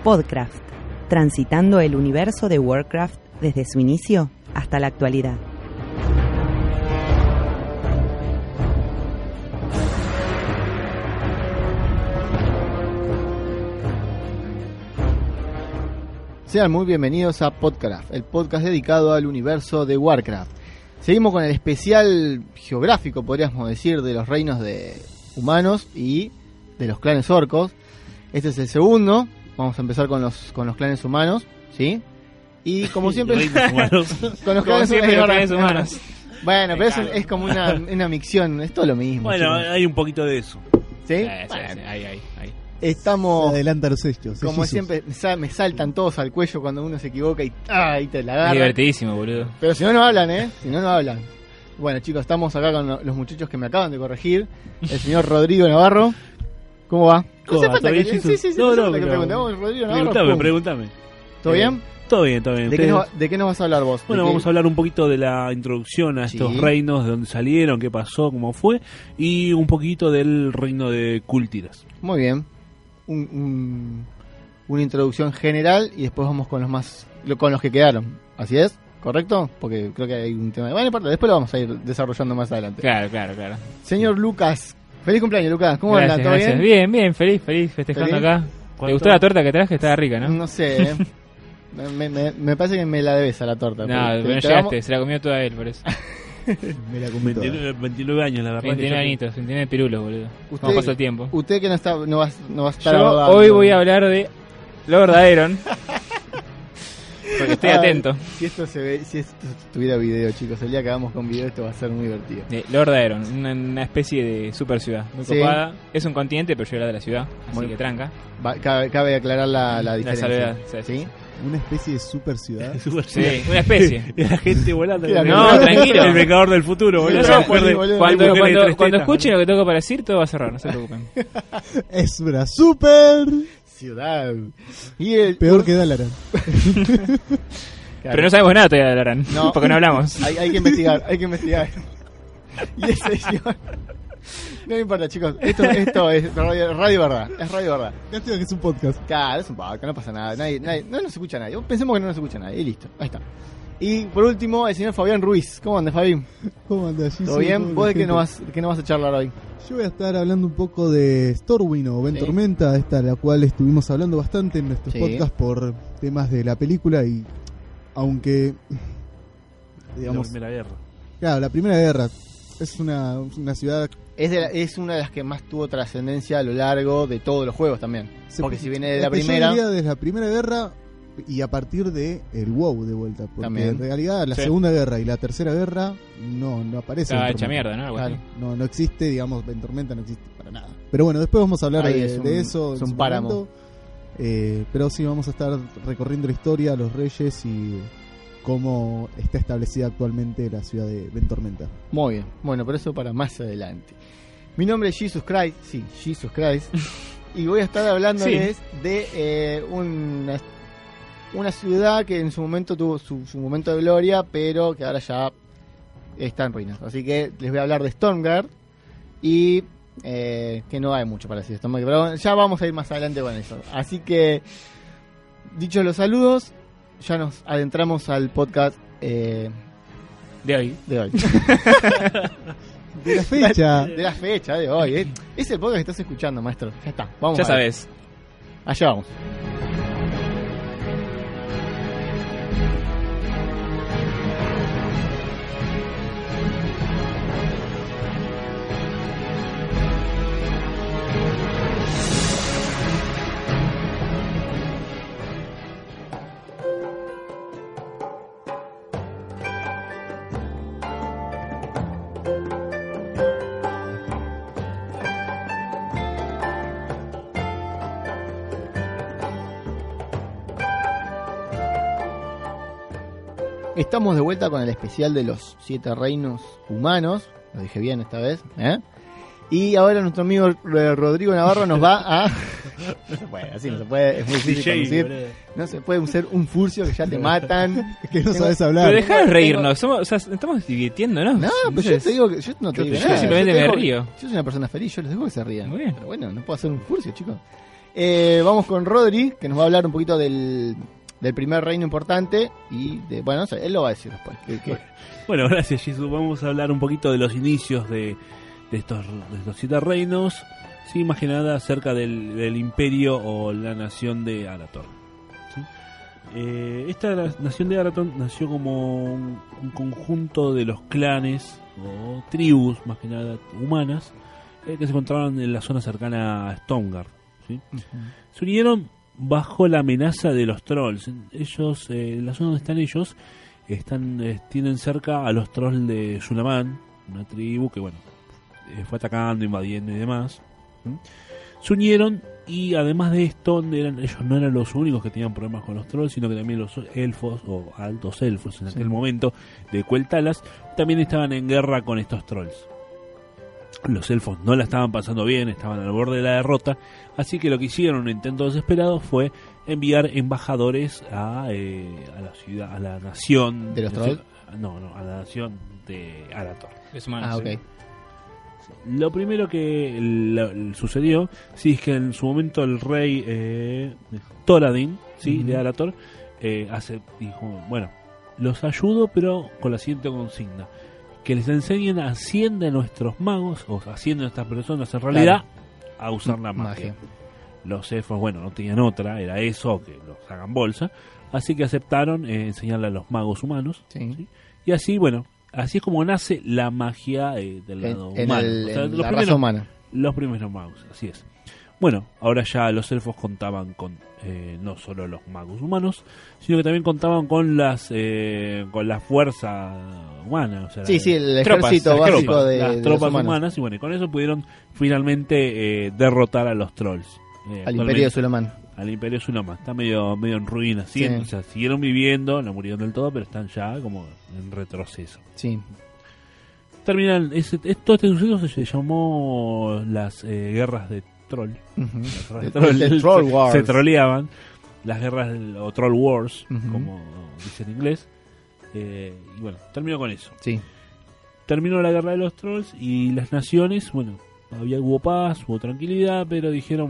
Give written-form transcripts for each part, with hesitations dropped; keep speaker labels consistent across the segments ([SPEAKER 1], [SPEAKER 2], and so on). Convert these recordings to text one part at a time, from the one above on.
[SPEAKER 1] Podcraft, transitando el universo de Warcraft desde su inicio hasta la actualidad.
[SPEAKER 2] Sean muy bienvenidos a Podcraft, el podcast dedicado al universo de Warcraft. Seguimos con el especial geográfico, podríamos decir, de los reinos de humanos y de los clanes orcos. Este es el segundo. Vamos a empezar con los clanes humanos, ¿sí? Y como siempre, con los clanes humanos. Bueno, pero es como una micción, es todo lo mismo.
[SPEAKER 3] Bueno,
[SPEAKER 2] chicos.
[SPEAKER 3] hay un poquito de eso.
[SPEAKER 2] ¿Sí?
[SPEAKER 3] Sí, ahí.
[SPEAKER 2] Estamos,
[SPEAKER 4] se adelanta los hechos.
[SPEAKER 2] como siempre, me saltan todos al cuello cuando uno se equivoca y te la
[SPEAKER 5] Es
[SPEAKER 2] agarran.
[SPEAKER 5] divertidísimo, boludo.
[SPEAKER 2] Pero si no, no hablan, Si no, no hablan. Bueno, chicos, estamos acá con los muchachos que me acaban de corregir. El señor Rodrigo Navarro. ¿Cómo va?
[SPEAKER 3] ¿Cómo
[SPEAKER 2] hace
[SPEAKER 3] va?
[SPEAKER 2] falta
[SPEAKER 3] ¿Todo
[SPEAKER 2] que...
[SPEAKER 3] bien,
[SPEAKER 2] Sí,
[SPEAKER 3] Jesús?
[SPEAKER 2] no
[SPEAKER 3] No,
[SPEAKER 2] hace falta que
[SPEAKER 3] pero-
[SPEAKER 2] preguntemos. Rodrigo Navarro.
[SPEAKER 3] Pregúntame.
[SPEAKER 2] ¿Todo bien?
[SPEAKER 3] Todo bien.
[SPEAKER 2] ¿De qué nos vas a hablar vos?
[SPEAKER 3] Bueno, vamos a hablar un poquito de la introducción a estos
[SPEAKER 2] Sí.
[SPEAKER 3] reinos, de dónde salieron, qué pasó, cómo fue, y un poquito del reino de Kultiras.
[SPEAKER 2] Muy bien. Una introducción general y después vamos con los que quedaron. ¿Así es? ¿Correcto? Porque creo que hay un tema de... Bueno, no importa, después lo vamos a ir desarrollando más adelante.
[SPEAKER 5] Claro.
[SPEAKER 2] Señor Lucas. Feliz cumpleaños, Lucas. ¿Cómo anda? ¿Todo
[SPEAKER 5] Gracias.
[SPEAKER 2] bien?
[SPEAKER 5] Bien, feliz festejando
[SPEAKER 2] ¿Feliz?
[SPEAKER 5] acá. ¿Te gustó la torta que traje? Estaba rica, ¿no?
[SPEAKER 2] No sé, me parece que me la debes a la torta.
[SPEAKER 5] No,
[SPEAKER 2] Porque
[SPEAKER 5] pero no
[SPEAKER 2] te
[SPEAKER 5] llegaste, se la comió toda él, por eso.
[SPEAKER 4] Me la comí toda.
[SPEAKER 3] 29 años, la verdad.
[SPEAKER 5] 29 añitos, 29 pirulos, boludo.
[SPEAKER 2] Usted-
[SPEAKER 5] ¿Cómo pasa el tiempo?
[SPEAKER 2] Usted que no va a estar
[SPEAKER 5] Yo
[SPEAKER 2] abogando.
[SPEAKER 5] hoy voy a hablar de Lord Aeron. Porque estoy atento.
[SPEAKER 2] Si esto tuviera video, chicos, el día que hagamos con video esto va a ser muy divertido.
[SPEAKER 5] De Lord Aeron, una especie de super ciudad. Muy
[SPEAKER 2] Sí.
[SPEAKER 5] copada. Es un continente, pero yo era de la ciudad. Así
[SPEAKER 2] Muy-
[SPEAKER 5] que tranca.
[SPEAKER 2] Cabe aclarar la diferencia.
[SPEAKER 5] salvedad, sí.
[SPEAKER 2] ¿Sí?
[SPEAKER 4] Una especie de super ciudad.
[SPEAKER 5] Sí, una especie.
[SPEAKER 3] Y la gente volando.
[SPEAKER 2] Claro.
[SPEAKER 5] No, tranquilo.
[SPEAKER 3] El pecador del futuro, boludo.
[SPEAKER 2] Sí,
[SPEAKER 3] No,
[SPEAKER 2] sí,
[SPEAKER 3] acuerde-
[SPEAKER 2] boludo.
[SPEAKER 5] Cuando,
[SPEAKER 3] hay mujeres de tres
[SPEAKER 5] cuando
[SPEAKER 3] tetas,
[SPEAKER 5] escuchen lo que tengo para decir, todo va a cerrar, no se preocupen.
[SPEAKER 4] Es una super
[SPEAKER 2] Ciudad. Y el
[SPEAKER 4] peor que Dalaran.
[SPEAKER 2] Claro.
[SPEAKER 5] Pero no sabemos nada todavía de Aran,
[SPEAKER 2] No.
[SPEAKER 5] porque no hablamos.
[SPEAKER 2] Hay que investigar. Y ese señor... No me importa, chicos. Esto es radio verdad. Es radio verdad.
[SPEAKER 4] Lástima que es un podcast.
[SPEAKER 2] Claro, es un podcast, no pasa nada. No nos escucha nadie. Pensemos que no nos escucha nadie. Y listo. Ahí está. Y por último, el señor Fabián Ruiz. ¿Cómo anda, Fabi?
[SPEAKER 4] ¿Cómo andás?
[SPEAKER 2] ¿Todo bien? ¿Vos de qué no vas a charlar hoy?
[SPEAKER 4] Yo voy a estar hablando un poco de Stormwind o
[SPEAKER 2] Sí.
[SPEAKER 4] Tormenta, esta la cual estuvimos hablando bastante en nuestros
[SPEAKER 2] Sí.
[SPEAKER 4] podcasts por temas de la película y aunque digamos,
[SPEAKER 3] La guerra.
[SPEAKER 4] claro, la Primera Guerra es una ciudad
[SPEAKER 2] Es una de las que más tuvo trascendencia a lo largo de todos los juegos también. Porque si viene de la
[SPEAKER 4] es que yo
[SPEAKER 2] primera...
[SPEAKER 4] diría desde la Primera Guerra y a partir de el WoW de vuelta, porque
[SPEAKER 2] También.
[SPEAKER 4] en realidad la
[SPEAKER 5] Sí.
[SPEAKER 4] Segunda Guerra y la Tercera Guerra no aparece.
[SPEAKER 5] Estaba
[SPEAKER 4] en
[SPEAKER 5] hecha
[SPEAKER 4] Tormenta.
[SPEAKER 5] mierda, ¿no? Algo así.
[SPEAKER 2] Claro.
[SPEAKER 4] No existe, digamos, en Tormenta no existe para nada. Pero bueno, después vamos a hablar
[SPEAKER 2] Ahí
[SPEAKER 4] de
[SPEAKER 2] es un-
[SPEAKER 4] eso.
[SPEAKER 2] es
[SPEAKER 4] en
[SPEAKER 2] un
[SPEAKER 4] su
[SPEAKER 2] páramo.
[SPEAKER 4] momento. Pero sí, vamos a estar recorriendo la historia, los reyes y cómo está establecida actualmente la ciudad de Ventormenta.
[SPEAKER 2] Muy bien. Bueno, pero eso para más adelante. Mi nombre es Jesus Christ. Sí, Jesus Christ. Y voy a estar hablándoles de una ciudad que en su momento tuvo su momento de gloria, pero que ahora ya está en ruinas. Así que les voy a hablar de Stormguard y que no hay mucho para decir de Stormguard, pero bueno, ya vamos a ir más adelante con eso. Así que, dichos los saludos, ya nos adentramos al podcast
[SPEAKER 5] De hoy.
[SPEAKER 2] de hoy.
[SPEAKER 4] De la fecha.
[SPEAKER 2] De la fecha de hoy. Es el podcast que estás escuchando, maestro. Ya está. Vamos
[SPEAKER 5] Ya
[SPEAKER 2] a ver.
[SPEAKER 5] sabes.
[SPEAKER 2] Allá vamos. Estamos de vuelta con el especial de los 7 reinos humanos. Lo dije bien esta vez, ¿eh? Y ahora nuestro amigo Rodrigo Navarro nos va a... No se puede, así no se puede, es muy difícil
[SPEAKER 3] DJ,
[SPEAKER 2] conducir.
[SPEAKER 3] boludo.
[SPEAKER 2] No se puede ser un furcio que ya te matan.
[SPEAKER 4] Es que no
[SPEAKER 2] Tengo-
[SPEAKER 4] sabes hablar.
[SPEAKER 5] Pero dejá de reírnos, o sea, estamos divirtiéndonos.
[SPEAKER 2] No, pero yo te digo que yo no te digo
[SPEAKER 5] yo
[SPEAKER 2] nada.
[SPEAKER 5] simplemente
[SPEAKER 2] Yo te
[SPEAKER 5] me
[SPEAKER 2] dejo-
[SPEAKER 5] río.
[SPEAKER 2] Yo soy una persona feliz, yo les dejo que se rían.
[SPEAKER 5] Muy bien.
[SPEAKER 2] Pero bueno, no puedo hacer un furcio, chicos. Vamos con Rodri, que nos va a hablar un poquito del primer reino importante. Y bueno, él lo va a decir después.
[SPEAKER 3] Bueno, gracias, Jesús. Vamos a hablar un poquito de los inicios de estos 7 reinos. Sí, más que nada acerca del imperio o la nación de Arathorn. ¿Sí? Esta nación de Arathorn nació como un conjunto de los clanes o tribus, más que nada humanas, que se encontraban en la zona cercana a Stonegard. ¿Sí? Se unieron bajo la amenaza de los trolls. Ellos, la zona donde están ellos, tienen cerca a los trolls de Sulaman, una tribu que fue atacando, invadiendo y demás. Se unieron, y además de esto ellos no eran los únicos que tenían problemas con los trolls, sino que también los elfos o altos elfos en aquel momento de Cueltalas también estaban en guerra con estos trolls. Los elfos no la estaban pasando bien, estaban al borde de la derrota, así que lo que hicieron, un intento desesperado, fue enviar embajadores a la ciudad, a la nación
[SPEAKER 2] de los trolls.
[SPEAKER 3] No, a la nación de Arathorn.
[SPEAKER 2] Ok.
[SPEAKER 3] Lo primero que sucedió, sí, es que en su momento el rey Thoradin, ¿sí? De Arathorn, dijo, bueno, los ayudo, pero con la siguiente consigna: que les enseñen a 100 de nuestros magos, o a 100 de nuestras personas en realidad, a usar la magia. Los elfos, no tenían otra, era eso, que los hagan bolsa, así que aceptaron enseñarle a los magos humanos. ¿Sí? Y así, así es como nace la magia del lado humano.
[SPEAKER 2] La raza humana.
[SPEAKER 3] Los primeros magos, así es. Bueno, ahora ya los elfos contaban con no solo los magos humanos, sino que también contaban con la fuerza humana. O sea,
[SPEAKER 2] el ejército básico de
[SPEAKER 3] las tropas humanas. Y con eso pudieron finalmente derrotar a los trolls.
[SPEAKER 2] Al Imperio de Sulaman.
[SPEAKER 3] Al Imperio de Sulaman. Está medio en ruinas. Sí. O sea, siguieron viviendo, no murieron del todo, pero están ya como en retroceso.
[SPEAKER 2] Sí.
[SPEAKER 3] Terminan. Todo este suceso se llamó las guerras de troll.
[SPEAKER 2] El Troll Wars.
[SPEAKER 3] Se troleaban. Las guerras o Troll Wars, como dice en inglés. Y terminó con eso.
[SPEAKER 2] Sí.
[SPEAKER 3] Terminó la guerra de los trolls y las naciones, hubo paz, hubo tranquilidad, pero dijeron,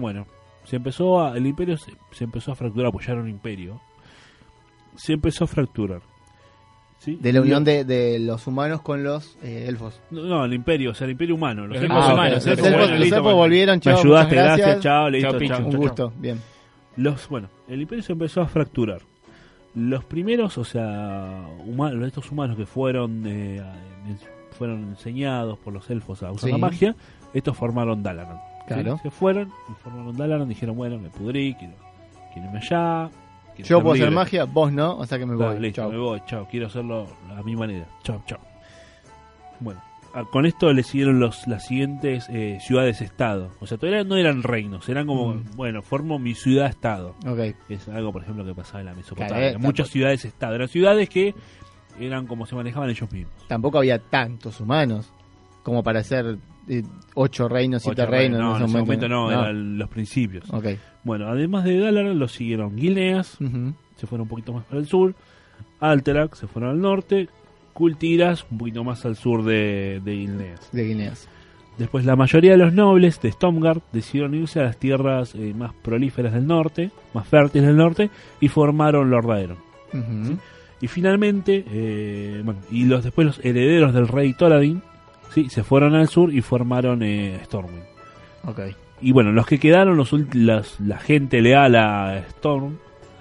[SPEAKER 3] el imperio se empezó a fracturar, pues ya era un imperio. Se empezó a fracturar. ¿Sí?
[SPEAKER 2] De la unión de los humanos con los elfos.
[SPEAKER 3] No, el imperio, o sea, el imperio humano. Los
[SPEAKER 5] elfos humanos.
[SPEAKER 2] Los elfos volvieron, chao.
[SPEAKER 3] Me ayudaste, gracias, chao, listo, chao.
[SPEAKER 2] Un gusto, bien.
[SPEAKER 3] El imperio se empezó a fracturar. Los primeros, o sea, estos humanos que fueron enseñados por los elfos a usar la magia, estos formaron Dalaran.
[SPEAKER 2] Claro.
[SPEAKER 3] ¿Sí? Se fueron y formaron Dalaran, dijeron, me pudrí, quiero irme allá.
[SPEAKER 2] Yo puedo hacer magia, vos no, o sea que me voy.
[SPEAKER 3] Listo, me voy, chao, quiero hacerlo a mi manera. Chao. Con esto le siguieron las siguientes ciudades-estado. O sea, todavía no eran reinos, eran como, formo mi ciudad-estado.
[SPEAKER 2] Okay.
[SPEAKER 3] Es algo, por ejemplo, que pasaba en la Mesopotamia. Muchas ciudades-estado. Eran ciudades que eran como se manejaban ellos mismos.
[SPEAKER 2] Tampoco había tantos humanos como para hacer 8 reinos, 7 reinos.
[SPEAKER 3] No, en ese momento no, eran los principios.
[SPEAKER 2] Okay.
[SPEAKER 3] Además de Dalaran, los siguieron Gilneas, se fueron un poquito más para el sur, Alterac, se fueron al norte, Kultiras, un poquito más al sur de Gilneas. Después la mayoría de los nobles de Stonegard decidieron irse a las tierras más prolíferas del norte, más fértiles del norte, y formaron Lordaeron. ¿Sí? Y finalmente, después los herederos del rey Thoradin, ¿sí? Se fueron al sur y formaron Stormwind.
[SPEAKER 2] Okay.
[SPEAKER 3] Y los que quedaron, la gente leal a Strom,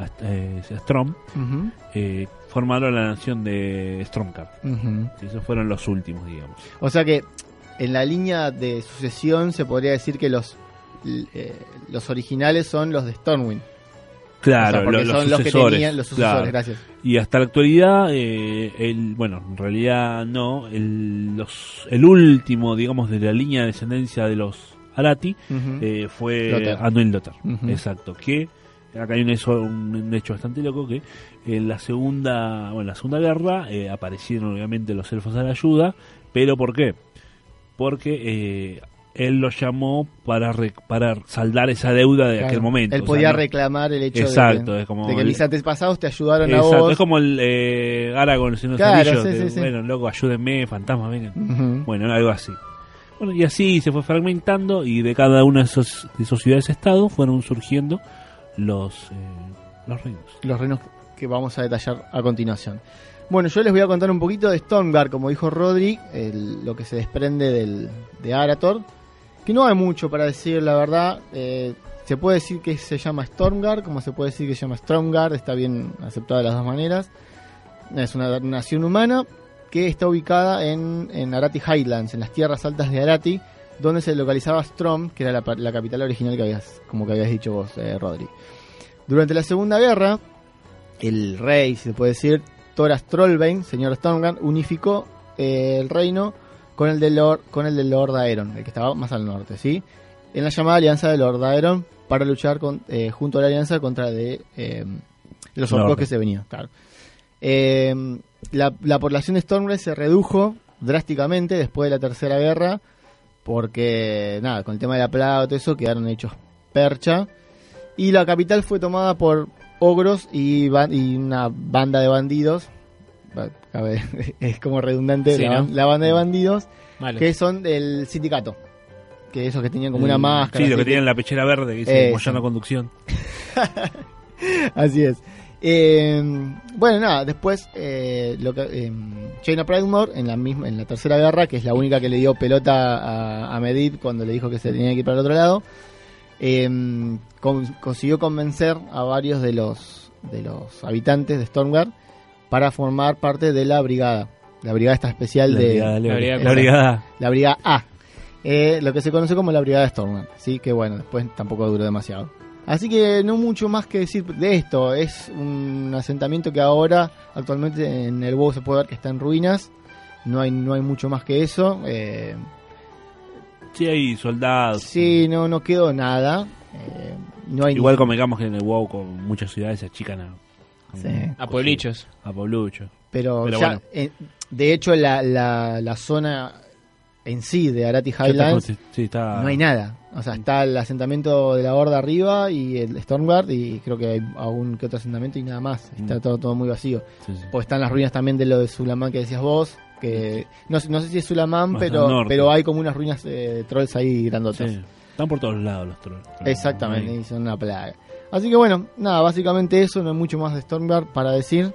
[SPEAKER 3] formaron la nación de Stromcard. Esos fueron los últimos, digamos.
[SPEAKER 2] O sea que en la línea de sucesión se podría decir que los originales son los de Stormwind.
[SPEAKER 3] Claro,
[SPEAKER 2] o sea, porque
[SPEAKER 3] los
[SPEAKER 2] son
[SPEAKER 3] sucesores,
[SPEAKER 2] los que tenían los sucesores,
[SPEAKER 3] claro.
[SPEAKER 2] Gracias.
[SPEAKER 3] Y hasta la actualidad, en realidad no, el último, digamos, de la línea de descendencia de los Arati fue Anduin Lothar. Exacto, que acá hay un hecho bastante loco, que en la segunda guerra aparecieron obviamente los elfos a la ayuda, pero ¿por qué? Porque él lo llamó para saldar esa deuda de aquel momento.
[SPEAKER 2] Él podía reclamar el hecho de que mis antepasados te ayudaron a vos.
[SPEAKER 3] Es como el Aragorn, el Señor de los Anillos. Loco, ayúdenme, fantasmas, vengan. Algo así. Bueno, y así se fue fragmentando y de cada una de esos ciudades-estado fueron surgiendo los reinos.
[SPEAKER 2] Los reinos que vamos a detallar a continuación. Bueno, yo les voy a contar un poquito de Stormguard, como dijo Rodri, lo que se desprende de Arator, que no hay mucho para decir, la verdad. Se puede decir que se llama Stormguard, como se puede decir que se llama Stromgarde, está bien aceptado de las dos maneras. Es una nación humana que está ubicada en Arati Highlands, en las tierras altas de Arati, donde se localizaba Strom, que era la capital original que habías dicho vos, Rodri. Durante la Segunda Guerra, el rey, si se puede decir, Thoras Trollbane, señor Stormguard, unificó el reino con el de Lord Aeron, el que estaba más al norte, ¿sí? En la llamada Alianza de Lord Aeron, para luchar junto a la Alianza contra los orcos que se venían, claro. La población de Stormguard se redujo drásticamente después de la Tercera Guerra, porque nada, con el tema de la plaga y todo eso quedaron hechos percha, y la capital fue tomada por ogros y una banda de bandidos. A ver, es como redundante, sí, la banda de bandidos, vale, que son del sindicato, que esos que tenían como una máscara.
[SPEAKER 3] Sí, los que tenían la pechera verde que dice Moyano Conducción.
[SPEAKER 2] Así es. Bueno, nada, después Jaina Pridemore en la Tercera Guerra, que es la única que le dio pelota a Medivh cuando le dijo que se tenía que ir para el otro lado, consiguió convencer a varios de los habitantes de Stormguard para formar parte de la brigada esta especial la brigada A, lo que se conoce como la brigada de Stormguard, sí, que bueno, después tampoco duró demasiado. Así que no mucho más que decir de esto. Es un asentamiento que ahora actualmente en el WoW se puede ver que está en ruinas. No hay mucho más que eso.
[SPEAKER 3] Sí, hay soldados.
[SPEAKER 2] Sí, no quedó nada. No hay
[SPEAKER 3] igual convengamos que en el WoW con muchas ciudades se achican
[SPEAKER 5] a pueblichos.
[SPEAKER 2] Pero ya, bueno. De hecho la zona en sí de Arati Highlands no hay nada. O sea, está el asentamiento de la Horda arriba y el Stormguard, y creo que hay algún que otro asentamiento y nada más. Está todo muy vacío. Sí. Porque están las ruinas también de lo de Sulamán que decías vos, que no sé si es Sulamán, pero hay como unas ruinas de trolls ahí grandotas. Sí.
[SPEAKER 3] Están por todos lados los trolls.
[SPEAKER 2] Exactamente, y son una plaga. Así que bueno, nada, básicamente eso, no hay mucho más de Stormguard para decir.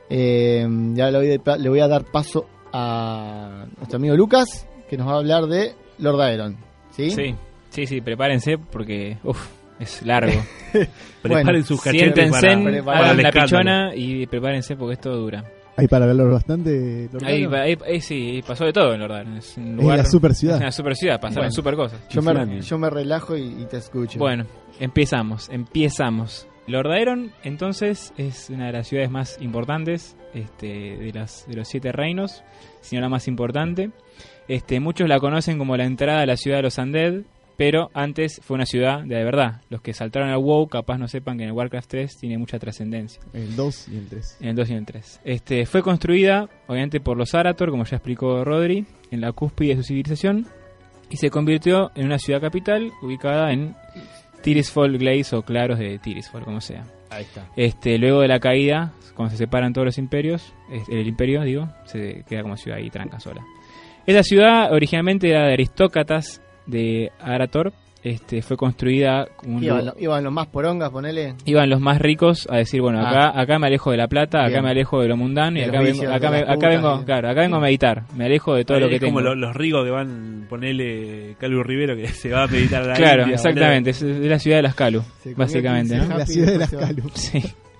[SPEAKER 2] Ya le voy a dar paso a nuestro amigo Lucas, que nos va a hablar de Lord Aeron.
[SPEAKER 5] Sí, prepárense porque es largo.
[SPEAKER 3] Preparen sus cachetes,
[SPEAKER 5] siéntense, hagan la pichona y prepárense porque esto dura.
[SPEAKER 4] Hay para verlo bastante.
[SPEAKER 5] Sí, pasó de todo en Lord Aeron. Es
[SPEAKER 4] la super ciudad.
[SPEAKER 5] Es una super ciudad, pasaron super cosas.
[SPEAKER 2] Yo me relajo y te escucho.
[SPEAKER 5] Bueno, empezamos. Lord Aeron, entonces, es una de las ciudades más importantes de los 7 reinos, si no la más importante. Muchos la conocen como la entrada a la ciudad de los Undead, pero antes fue una ciudad de verdad. Los que saltaron al WoW capaz no sepan que en el Warcraft 3 tiene mucha trascendencia.
[SPEAKER 4] El 2 y el 3.
[SPEAKER 5] En el 2 y el 3. Fue construida, obviamente, por los Arator, como ya explicó Rodri, en la cúspide de su civilización, y se convirtió en una ciudad capital ubicada en Tirisfal Glades o Claros de Tirisfal, como sea.
[SPEAKER 2] Ahí está.
[SPEAKER 5] Luego de la caída, cuando se separan todos los imperios, el imperio, se queda como ciudad ahí tranca sola. Esta ciudad originalmente era de aristócratas de Arator. Fue construida
[SPEAKER 2] iban los más porongas, ponele.
[SPEAKER 5] Iban los más ricos a decir, bueno, acá me alejo de la plata, acá me alejo de lo mundano, y acá vengo a meditar. Me alejo de todo lo que tengo.
[SPEAKER 3] Es como los ricos que van, ponele Calvo Rivero, que se va a meditar a la
[SPEAKER 5] Claro,
[SPEAKER 3] India,
[SPEAKER 5] exactamente, es la ciudad de las Calu, básicamente, ¿no?
[SPEAKER 4] La ciudad de las Calu.
[SPEAKER 5] Sí.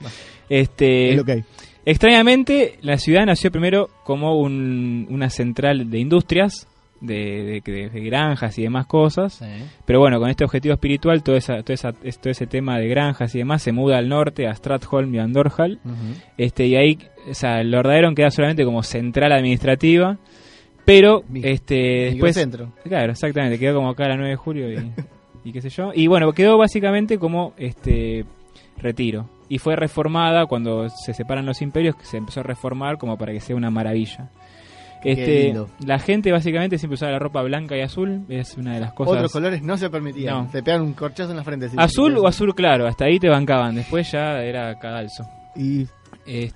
[SPEAKER 4] Es lo que hay.
[SPEAKER 5] Extrañamente, la ciudad nació primero como una central de industrias, de granjas y demás cosas, sí. Pero bueno, con este objetivo espiritual, todo ese tema de granjas y demás se muda al norte, a Stratholm y a Andorhal, y ahí, o sea, Lord Aeron queda solamente como central administrativa, pero después,
[SPEAKER 2] centro.
[SPEAKER 5] Claro, exactamente, quedó como acá a la 9 de julio y qué sé yo, y bueno, quedó básicamente como retiro, y fue reformada cuando se separan los imperios, que se empezó a reformar como para que sea una maravilla. La gente básicamente siempre usaba la ropa blanca y azul, es una de las cosas.
[SPEAKER 2] Otros colores no se permitían, te pegan un corchazo en la frente.
[SPEAKER 5] Azul o azul claro, hasta ahí te bancaban, después ya era cadalso.
[SPEAKER 4] Y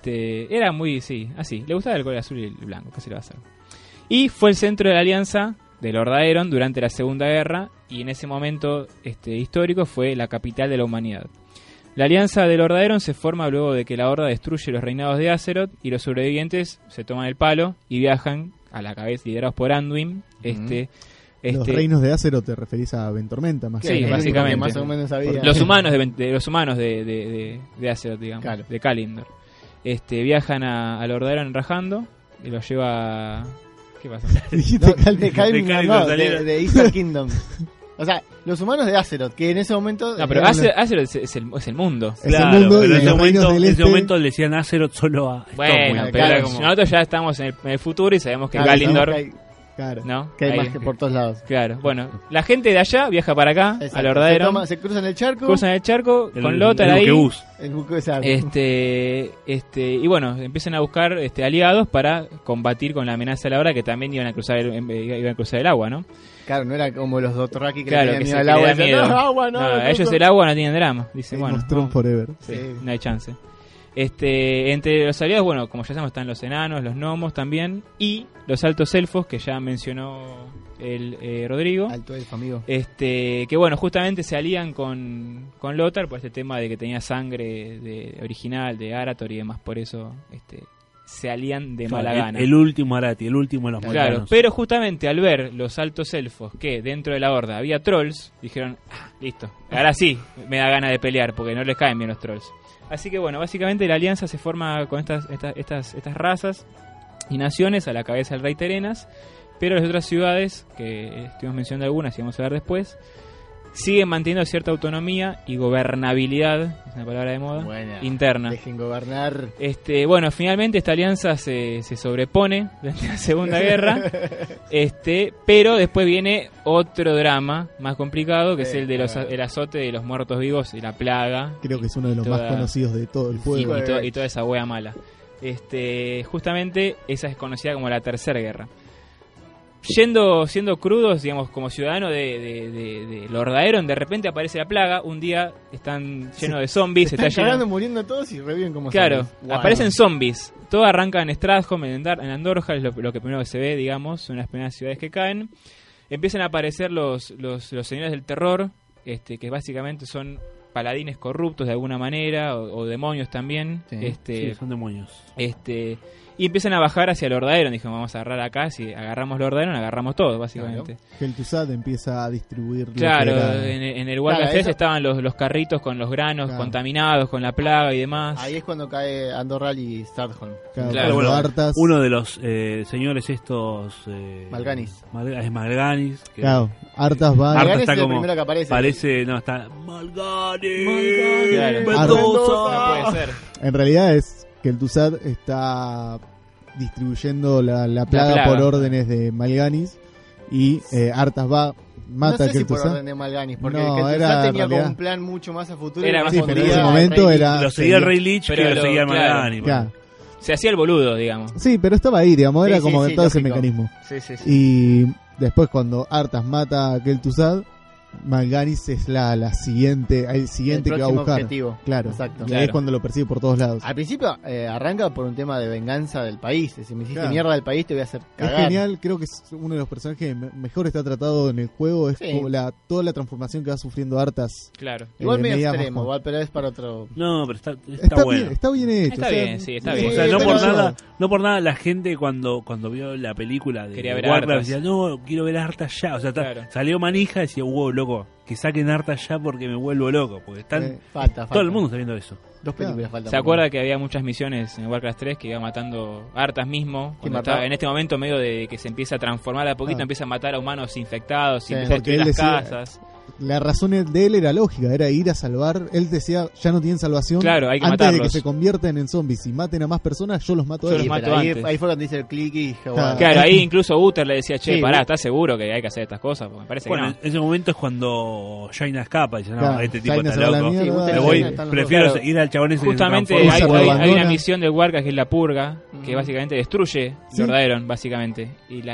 [SPEAKER 5] era muy, así, le gustaba el color azul y el blanco, ¿qué se le va a hacer? Y fue el centro de la alianza de Lord Aeron durante la Segunda Guerra, y en ese momento histórico fue la capital de la humanidad. La alianza de Lord Aeron se forma luego de que la Horda destruye los reinados de Azeroth y los sobrevivientes se toman el palo y viajan a la cabeza, liderados por Anduin.
[SPEAKER 4] Los reinos de Azeroth, te referís a Ventormenta, más
[SPEAKER 5] sí, básicamente.
[SPEAKER 2] Más o menos sabía.
[SPEAKER 5] Los humanos de Azeroth, digamos,
[SPEAKER 2] claro.
[SPEAKER 5] de Kalimdor. Viajan a Lord Aeron rajando y los lleva. ¿Qué pasa?
[SPEAKER 2] De Eastern Kingdom. O sea, los humanos de Azeroth, que en ese momento...
[SPEAKER 5] No, pero Azeroth es el mundo.
[SPEAKER 3] Claro,
[SPEAKER 4] es el mundo,
[SPEAKER 3] pero
[SPEAKER 4] y
[SPEAKER 3] en ese momento le decían Azeroth solo a
[SPEAKER 5] Bueno,
[SPEAKER 3] Stormwind.
[SPEAKER 5] pero
[SPEAKER 2] como...
[SPEAKER 5] nosotros ya estamos en el futuro y sabemos que Kalimdor...
[SPEAKER 4] Claro.
[SPEAKER 5] ¿No?
[SPEAKER 2] Que hay
[SPEAKER 5] ahí,
[SPEAKER 2] más que por todos lados.
[SPEAKER 5] Claro, bueno, la gente de allá viaja para acá,
[SPEAKER 2] Exacto.
[SPEAKER 5] a Lord Aeron.
[SPEAKER 2] Se cruzan el charco.
[SPEAKER 5] Cruzan el charco con
[SPEAKER 3] El
[SPEAKER 5] Lothar ahí.
[SPEAKER 3] buquebús.
[SPEAKER 2] El buque, exacto.
[SPEAKER 5] Y bueno, empiezan a buscar aliados para combatir con la amenaza de la Horda, que también iban a cruzar el agua, ¿no?
[SPEAKER 2] Claro, no era como los Dothraki que
[SPEAKER 5] Claro,
[SPEAKER 2] le
[SPEAKER 5] que
[SPEAKER 2] tenían
[SPEAKER 5] se
[SPEAKER 2] miedo al agua.
[SPEAKER 5] le da miedo.
[SPEAKER 2] No, agua, no.
[SPEAKER 5] Ellos el agua no tienen drama. Dicen,
[SPEAKER 4] Game
[SPEAKER 5] bueno,
[SPEAKER 4] of Thrones forever.
[SPEAKER 5] sí,
[SPEAKER 2] Sí.
[SPEAKER 5] no hay chance. Entre los aliados, bueno, como ya sabemos, están los enanos, los gnomos también, y los altos elfos, que ya mencionó Rodrigo.
[SPEAKER 2] Alto elfo, amigo.
[SPEAKER 5] Que bueno, justamente se alían con Lothar por este tema de que tenía sangre original de Arathor y demás, por eso se alían de mala gana.
[SPEAKER 3] El último Arati, el último de los
[SPEAKER 5] Claro,
[SPEAKER 3] moranos.
[SPEAKER 5] pero justamente al ver los altos elfos que dentro de la horda había trolls, dijeron, listo, ahora sí me da ganas de pelear porque no les caen bien los trolls. Así que bueno, básicamente la alianza se forma con estas razas y naciones a la cabeza del rey Terenas, pero las otras ciudades, que estuvimos mencionando algunas y vamos a ver después, siguen manteniendo cierta autonomía y gobernabilidad, es una palabra de moda,
[SPEAKER 2] Buena.
[SPEAKER 5] interna.
[SPEAKER 2] Dejen gobernar.
[SPEAKER 5] Bueno, finalmente esta alianza se sobrepone durante la Segunda Guerra, pero después viene otro drama más complicado, que es el de el azote de los muertos vivos y la plaga.
[SPEAKER 4] Creo que es uno de los más conocidos de todo el juego.
[SPEAKER 5] Y toda esa wea mala. Justamente esa es conocida como la Tercera Guerra. Siendo crudos, digamos, como ciudadano de Lord Aeron, de repente aparece la plaga. Un día están llenos de zombies.
[SPEAKER 2] Están
[SPEAKER 5] está
[SPEAKER 2] cagando, muriendo todos y reviven como
[SPEAKER 5] Claro,
[SPEAKER 2] zombies. Wow.
[SPEAKER 5] aparecen zombies. Todo arranca en Stratholme, en Andorja, es lo que primero que se ve, digamos. Son las primeras ciudades que caen. Empiezan a aparecer los señores del terror, que básicamente son paladines corruptos de alguna manera, o demonios también.
[SPEAKER 3] Sí, son demonios.
[SPEAKER 5] Y empiezan a bajar hacia Lord Aeron. Dijeron, vamos a agarrar acá. Si agarramos Lord Aeron, agarramos todo, básicamente.
[SPEAKER 4] Claro. Kel'Thuzad empieza a distribuir.
[SPEAKER 5] Claro, en el Warcraft 3 estaban los carritos con los granos contaminados, con la plaga y demás.
[SPEAKER 2] Ahí es cuando cae Andorral y Stratholme.
[SPEAKER 4] Claro,
[SPEAKER 3] bueno,
[SPEAKER 4] Arthas.
[SPEAKER 3] uno de los señores estos...
[SPEAKER 2] Malganis.
[SPEAKER 3] Es Malganis. Que
[SPEAKER 4] Claro, Arthas va.
[SPEAKER 2] Malganis
[SPEAKER 3] está
[SPEAKER 2] es el
[SPEAKER 3] como...
[SPEAKER 2] primero que aparece.
[SPEAKER 3] Parece... No, está... Malganis.
[SPEAKER 5] Claro.
[SPEAKER 3] Mendoza.
[SPEAKER 5] No puede ser.
[SPEAKER 4] En realidad es que el Tuzad está distribuyendo la plaga por órdenes de Malganis y Arthas va, mata
[SPEAKER 2] no sé
[SPEAKER 4] a
[SPEAKER 2] si por
[SPEAKER 4] Kel'Thuzad.
[SPEAKER 2] orden de Malganis, porque
[SPEAKER 4] No,
[SPEAKER 2] Kel'Thuzad
[SPEAKER 4] era,
[SPEAKER 2] tenía
[SPEAKER 4] en
[SPEAKER 2] como
[SPEAKER 4] realidad,
[SPEAKER 2] un plan mucho más a futuro.
[SPEAKER 5] Era
[SPEAKER 2] y
[SPEAKER 5] más
[SPEAKER 4] Sí,
[SPEAKER 5] a
[SPEAKER 4] pero en
[SPEAKER 5] futuro.
[SPEAKER 4] ese momento era.
[SPEAKER 3] Lo seguía el Rey Lich,
[SPEAKER 5] pero
[SPEAKER 3] que lo seguía
[SPEAKER 5] claro.
[SPEAKER 3] Malganis.
[SPEAKER 4] Claro.
[SPEAKER 5] Se hacía el boludo, digamos.
[SPEAKER 4] Sí, pero estaba ahí, digamos, era
[SPEAKER 2] Sí,
[SPEAKER 4] como
[SPEAKER 2] sí,
[SPEAKER 4] todo ese
[SPEAKER 2] lógico.
[SPEAKER 4] mecanismo.
[SPEAKER 5] Sí.
[SPEAKER 4] Y después cuando Arthas mata a Kel'Thuzad, Malganis es el siguiente que va a buscar.
[SPEAKER 2] Objetivo.
[SPEAKER 4] Claro.
[SPEAKER 2] Exacto.
[SPEAKER 4] Y ahí es cuando lo persigue por todos lados.
[SPEAKER 2] Al principio arranca por un tema de venganza del país. Si me hiciste
[SPEAKER 4] Claro.
[SPEAKER 2] mierda del país, te voy a hacer
[SPEAKER 4] Es
[SPEAKER 2] cagar.
[SPEAKER 4] genial, creo que es uno de los personajes que mejor está tratado en el juego. Es
[SPEAKER 2] Sí.
[SPEAKER 4] como toda la transformación que va sufriendo Arthas.
[SPEAKER 5] Claro.
[SPEAKER 2] Igual medio
[SPEAKER 4] medida
[SPEAKER 2] extremo,
[SPEAKER 4] más
[SPEAKER 2] igual, pero es para otro.
[SPEAKER 3] No, pero está
[SPEAKER 4] Está
[SPEAKER 3] bueno.
[SPEAKER 4] bien, está bien hecho.
[SPEAKER 5] Está bien, sí, está bien.
[SPEAKER 3] O sea, no
[SPEAKER 2] pero-
[SPEAKER 3] por nada la gente cuando vio la película de
[SPEAKER 5] Quería ver a
[SPEAKER 3] Warcraft
[SPEAKER 5] Arthas.
[SPEAKER 3] decía, no, quiero ver a Arthas ya. O sea,
[SPEAKER 5] Claro.
[SPEAKER 3] salió manija y decía, wow, loco, que saquen Arthas ya porque me vuelvo loco. Porque están
[SPEAKER 2] Falta.
[SPEAKER 3] todo el mundo está viendo eso.
[SPEAKER 2] Dos películas faltan.
[SPEAKER 5] ¿Se acuerda que había muchas misiones en Warcraft 3 que iba matando Arthas mismo? Cuando
[SPEAKER 2] mataba?
[SPEAKER 5] estaba en este momento medio de que se empieza a transformar a poquito, empieza a matar a humanos infectados,
[SPEAKER 2] Sí.
[SPEAKER 5] y empieza a
[SPEAKER 4] Porque
[SPEAKER 5] destruir
[SPEAKER 4] él
[SPEAKER 5] las
[SPEAKER 4] decía-
[SPEAKER 5] casas.
[SPEAKER 4] La razón de él era lógica, era ir a salvar. Él decía, ya no tienen salvación.
[SPEAKER 5] Claro, hay que
[SPEAKER 4] antes de
[SPEAKER 5] matarlos.
[SPEAKER 4] que se convierten en zombies y maten a más personas, yo los mato a
[SPEAKER 5] Yo
[SPEAKER 4] ellos.
[SPEAKER 5] los mato
[SPEAKER 2] ahí,
[SPEAKER 5] antes.
[SPEAKER 2] ahí fue cuando dice el click y dije,
[SPEAKER 4] Claro.
[SPEAKER 2] bueno.
[SPEAKER 5] Claro, ahí incluso Uther le decía, che,
[SPEAKER 2] Sí,
[SPEAKER 5] pará,
[SPEAKER 2] Ut-
[SPEAKER 5] ¿estás seguro que hay que hacer estas cosas? Porque me parece
[SPEAKER 3] Bueno,
[SPEAKER 5] que
[SPEAKER 3] en ese momento es cuando Jaina escapa y dice, no,
[SPEAKER 4] Claro,
[SPEAKER 3] este tipo
[SPEAKER 4] Jaina
[SPEAKER 3] está
[SPEAKER 4] se va a la
[SPEAKER 3] loco.
[SPEAKER 4] mierda.
[SPEAKER 2] Sí,
[SPEAKER 3] Me voy,
[SPEAKER 2] Jaina están los
[SPEAKER 3] prefiero
[SPEAKER 5] dos. Claro.
[SPEAKER 3] ir al chabón ese que se
[SPEAKER 5] Justamente
[SPEAKER 3] transforma.
[SPEAKER 5] hay,
[SPEAKER 4] se
[SPEAKER 5] hay
[SPEAKER 4] abandona.
[SPEAKER 5] una misión del Warcraft que es la Purga, que
[SPEAKER 2] Ujú.
[SPEAKER 5] básicamente destruye
[SPEAKER 4] Sí.
[SPEAKER 5] Lord Aeron, básicamente.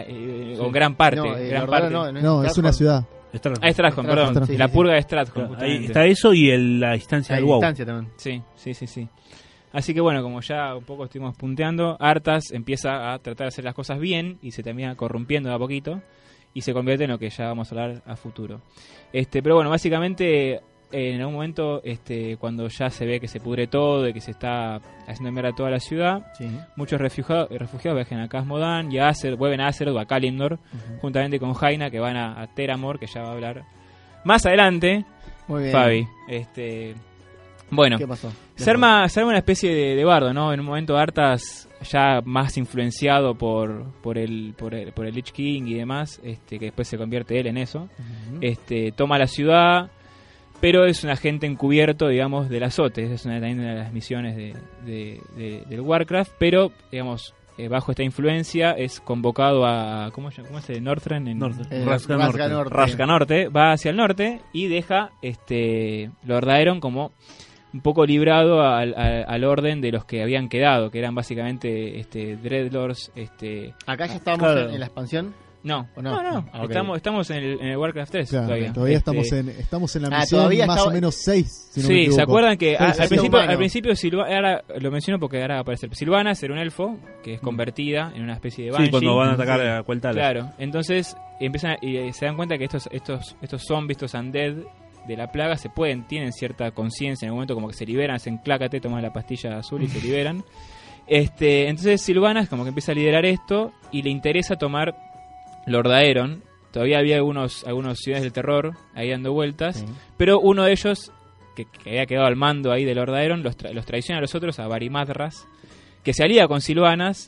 [SPEAKER 5] O gran parte.
[SPEAKER 2] No,
[SPEAKER 5] gran
[SPEAKER 2] Lord
[SPEAKER 5] parte.
[SPEAKER 2] Aeron
[SPEAKER 4] No, es una ciudad.
[SPEAKER 3] Stratholme.
[SPEAKER 5] Ah, Stratholme, perdón.
[SPEAKER 2] Stratholme, sí,
[SPEAKER 5] la
[SPEAKER 2] sí,
[SPEAKER 5] Purga de Stratholme,
[SPEAKER 3] Claro, ahí
[SPEAKER 5] justamente.
[SPEAKER 3] está eso y la instancia
[SPEAKER 2] Hay
[SPEAKER 3] del WoW.
[SPEAKER 2] distancia también.
[SPEAKER 5] Sí. Así que bueno, como ya un poco estuvimos punteando, Arthas empieza a tratar de hacer las cosas bien y se termina corrompiendo de a poquito. y se convierte en lo que ya vamos a hablar a futuro. Pero bueno, básicamente en algún momento cuando ya se ve que se pudre todo y que se está haciendo mierda toda la ciudad, muchos refugiados viajan a Casmodan y vuelven a Azeroth o a Kalimdor, juntamente con Jaina, que van a Teramor, que ya va a hablar más adelante.
[SPEAKER 2] Muy bien.
[SPEAKER 5] Fabi. Bueno,
[SPEAKER 2] ¿qué pasó?
[SPEAKER 5] Se arma una especie de bardo, ¿no? En un momento Arthas, ya más influenciado por el Lich King y demás, que después se convierte él en eso, toma la ciudad, pero es un agente encubierto, digamos, del azote. Esa es también una de las misiones del Warcraft, pero, digamos, bajo esta influencia es convocado a... ¿Cómo es el Northrend? Rashka Norte. Va hacia el norte y deja Lord Aeron como un poco librado al orden de los que habían quedado, que eran básicamente Dreadlords.
[SPEAKER 2] ¿Acá ya estábamos en la expansión?
[SPEAKER 5] No.
[SPEAKER 2] Okay.
[SPEAKER 5] Estamos en el Warcraft 3
[SPEAKER 4] todavía. Todavía estamos en la misión más o menos 6. Si no me equivoco.
[SPEAKER 5] ¿Se acuerdan que al principio ahora lo menciono porque ahora va a aparecer. Sylvanas era un elfo que es convertida en una especie de Banshee.
[SPEAKER 3] Sí, cuando van a atacar a Quel'Thalas.
[SPEAKER 5] Claro, entonces empiezan y se dan cuenta que estos zombies, estos undead de la plaga tienen cierta conciencia en el momento, como que se liberan, hacen clácate, toman la pastilla azul y se liberan. Entonces Sylvanas como que empieza a liderar esto y le interesa tomar Lord Aeron. Todavía había algunos ciudades del terror ahí dando vueltas, pero uno de ellos que había quedado al mando ahí de Lord Aeron los traiciona a los otros, a Varimadras, que se alía con Sylvanas,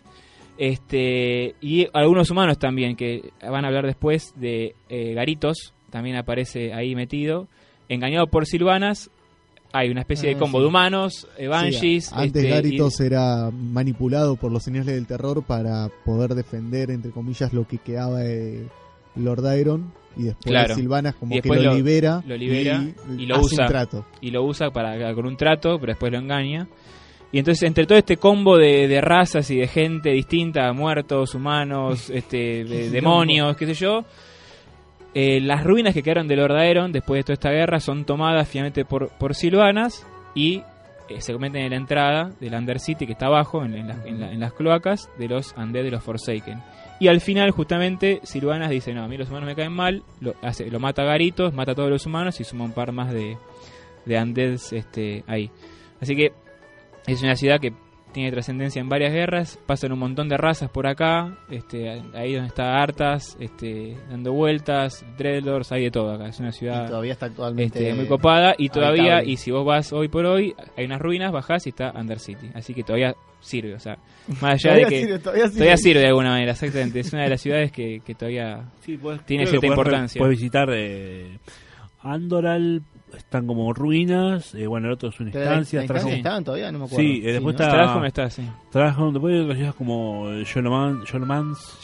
[SPEAKER 5] y algunos humanos también, que van a hablar después de Garitos, también aparece ahí metido, engañado por Sylvanas. Hay una especie de combo de humanos, Banshees.
[SPEAKER 4] Antes Garitos era manipulado por los señores del terror para poder defender, entre comillas, lo que quedaba de Lord Aeron. Y después Sylvanas como que lo libera y lo usa. Un trato.
[SPEAKER 5] Y lo usa con un trato, pero después lo engaña. Y entonces entre todo este combo de razas y de gente distinta, muertos, humanos, demonios, qué sé yo... las ruinas que quedaron de Lord Aeron después de toda esta guerra son tomadas finalmente por Sylvanas y se convierten en la entrada del Undercity, que está abajo en las cloacas de los Undead de los Forsaken. Y al final justamente Sylvanas dice: no, a mí los humanos me caen mal, lo mata a Garitos, mata a todos los humanos y suma un par más de Undeads ahí. Así que es una ciudad que tiene trascendencia en varias guerras, pasan un montón de razas por acá, ahí donde está Arthas, dando vueltas, Dreadlords, hay de todo acá, es una ciudad
[SPEAKER 2] y todavía está actualmente
[SPEAKER 5] muy copada, y todavía,
[SPEAKER 2] habitable.
[SPEAKER 5] Y si vos vas hoy por hoy, hay unas ruinas, bajás y está Undercity, así que todavía sirve, o sea, más allá de que todavía sirve de alguna manera, exactamente, es una de las ciudades que todavía tiene cierta importancia.
[SPEAKER 3] Puedes visitar Andoral, están como ruinas, bueno, el otro es una instancia.
[SPEAKER 2] ¿Estaban todavía? No me acuerdo.
[SPEAKER 3] Sí, después está...
[SPEAKER 5] Trabajón está, sí.
[SPEAKER 3] Trabajón, después hay ciudades como Yolomans.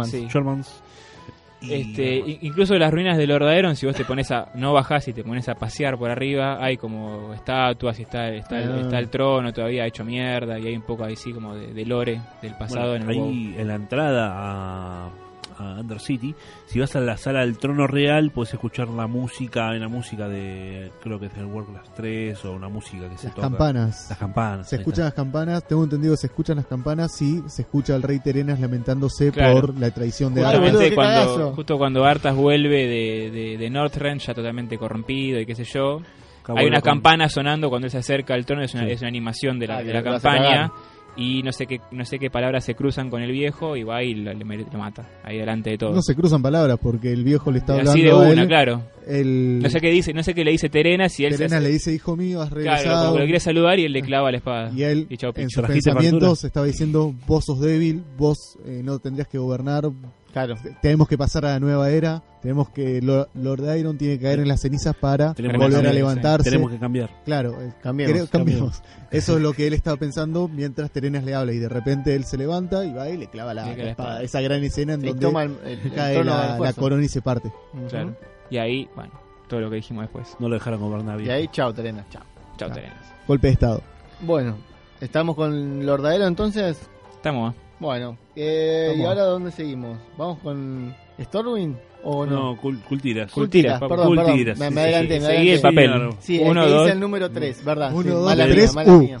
[SPEAKER 5] Incluso las ruinas de Lord Aeron, si vos te pones no bajás y te pones a pasear por arriba, hay como estatuas y está el trono todavía hecho mierda, y hay un poco ahí sí como de lore del pasado.
[SPEAKER 3] Bueno, ahí en la entrada a Undercity, si vas a la sala del trono real, puedes escuchar la música de, creo que es del Warcraft 3, o una música que se toca. Las campanas.
[SPEAKER 4] Se escuchan las campanas, tengo entendido que se escuchan las campanas y se escucha al rey Terenas lamentándose por la traición de Arthas.
[SPEAKER 5] Justo cuando Arthas vuelve de Northrend, ya totalmente corrompido y qué sé yo, hay una campana sonando cuando él se acerca al trono, es una animación de la campaña. Y no sé qué palabras se cruzan con el viejo y va y lo mata ahí delante de todos.
[SPEAKER 4] No se cruzan palabras porque el viejo le está hablando
[SPEAKER 5] así de una,
[SPEAKER 4] a él,
[SPEAKER 5] claro. No sé qué le dice Terenas, y él
[SPEAKER 4] Terenas le dice: hijo mío, has regresado.
[SPEAKER 5] Claro, como lo quiere saludar y él le clava la espada.
[SPEAKER 4] Y él en sus pensamientos estaba diciendo: vos sos débil, vos no tendrías que gobernar. Claro. Tenemos que pasar a la nueva era. Tenemos que Lord Aeron tiene que caer en las cenizas para volver a levantarse.
[SPEAKER 3] Tenemos que cambiar.
[SPEAKER 4] Claro, cambiamos. Eso es lo que él estaba pensando mientras Terenas le habla, y de repente él se levanta y va y le clava la espada. Esa gran escena en donde
[SPEAKER 2] toma
[SPEAKER 4] cae la corona y se parte.
[SPEAKER 5] Claro. Y ahí, bueno, todo lo que dijimos después.
[SPEAKER 3] No lo dejaron gobernar bien.
[SPEAKER 2] Y ahí, chao Terenas, chao
[SPEAKER 5] Terenas.
[SPEAKER 4] Golpe de estado.
[SPEAKER 2] Bueno, ¿estamos con Lord Aeron entonces?
[SPEAKER 5] Estamos.
[SPEAKER 2] Bueno, ¿y ahora dónde seguimos? ¿Vamos con Stormwind o no?
[SPEAKER 3] No, Cultiras.
[SPEAKER 2] Perdón. Me adelanté.
[SPEAKER 5] Seguí el papel.
[SPEAKER 2] Sí,
[SPEAKER 5] 1,
[SPEAKER 2] el que
[SPEAKER 5] 2.
[SPEAKER 2] dice el número 3, ¿verdad?
[SPEAKER 4] 1, 2, 3,
[SPEAKER 2] mala mía.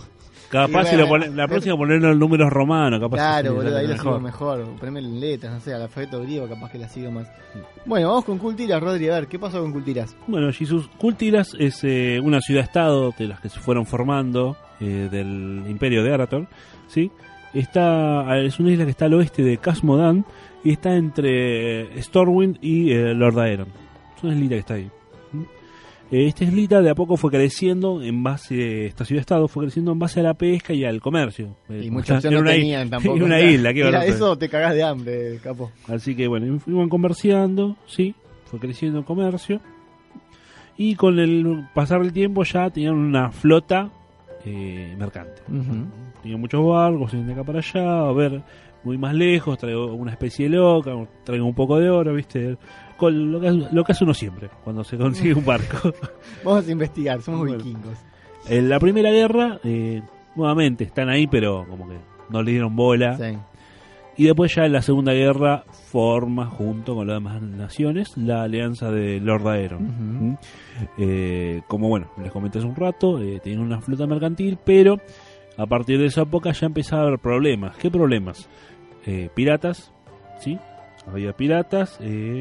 [SPEAKER 3] Capaz si la próxima ponerlo en números romanos, capaz.
[SPEAKER 2] Claro, boludo, ahí lo sigo mejor. Ponerme en letras, no sé, al alfabeto griego capaz que la sigo más. Bueno, vamos con Kultiras, Rodri, a ver, ¿qué pasó con Kultiras?
[SPEAKER 3] Bueno, Jesús, Kultiras es una ciudad-estado de las que se fueron formando del Imperio de Arator, ¿sí? Es una isla que está al oeste de Casmodan y está entre Stormwind y Lordaeron. Es una islita que está ahí. Esta islita de a poco fue creciendo en base, esta ciudad-estado fue creciendo en base a la pesca y al comercio.
[SPEAKER 2] Y mucha opción no tenían tampoco.
[SPEAKER 3] En una isla, ¿qué
[SPEAKER 2] mira, eso te cagás de hambre, capo.
[SPEAKER 3] Así que bueno, iban comerciando, sí, fue creciendo el comercio. Y con el pasar del tiempo ya tenían una flota mercante. Tenían muchos barcos, de acá para allá, a ver, muy más lejos, traigo una especie de loca, traigo un poco de oro, ¿viste? Con lo que hace uno siempre cuando se consigue un barco.
[SPEAKER 2] Vamos a investigar, somos vikingos.
[SPEAKER 3] En la primera guerra, nuevamente están ahí, pero como que no le dieron bola. Sí. Y después ya en la segunda guerra forma, junto con las demás naciones, la alianza de Lordaeron. Como bueno, les comenté hace un rato, tenían una flota mercantil, pero a partir de esa época ya empezaba a haber problemas. ¿Qué problemas? Piratas, ¿sí? Había piratas,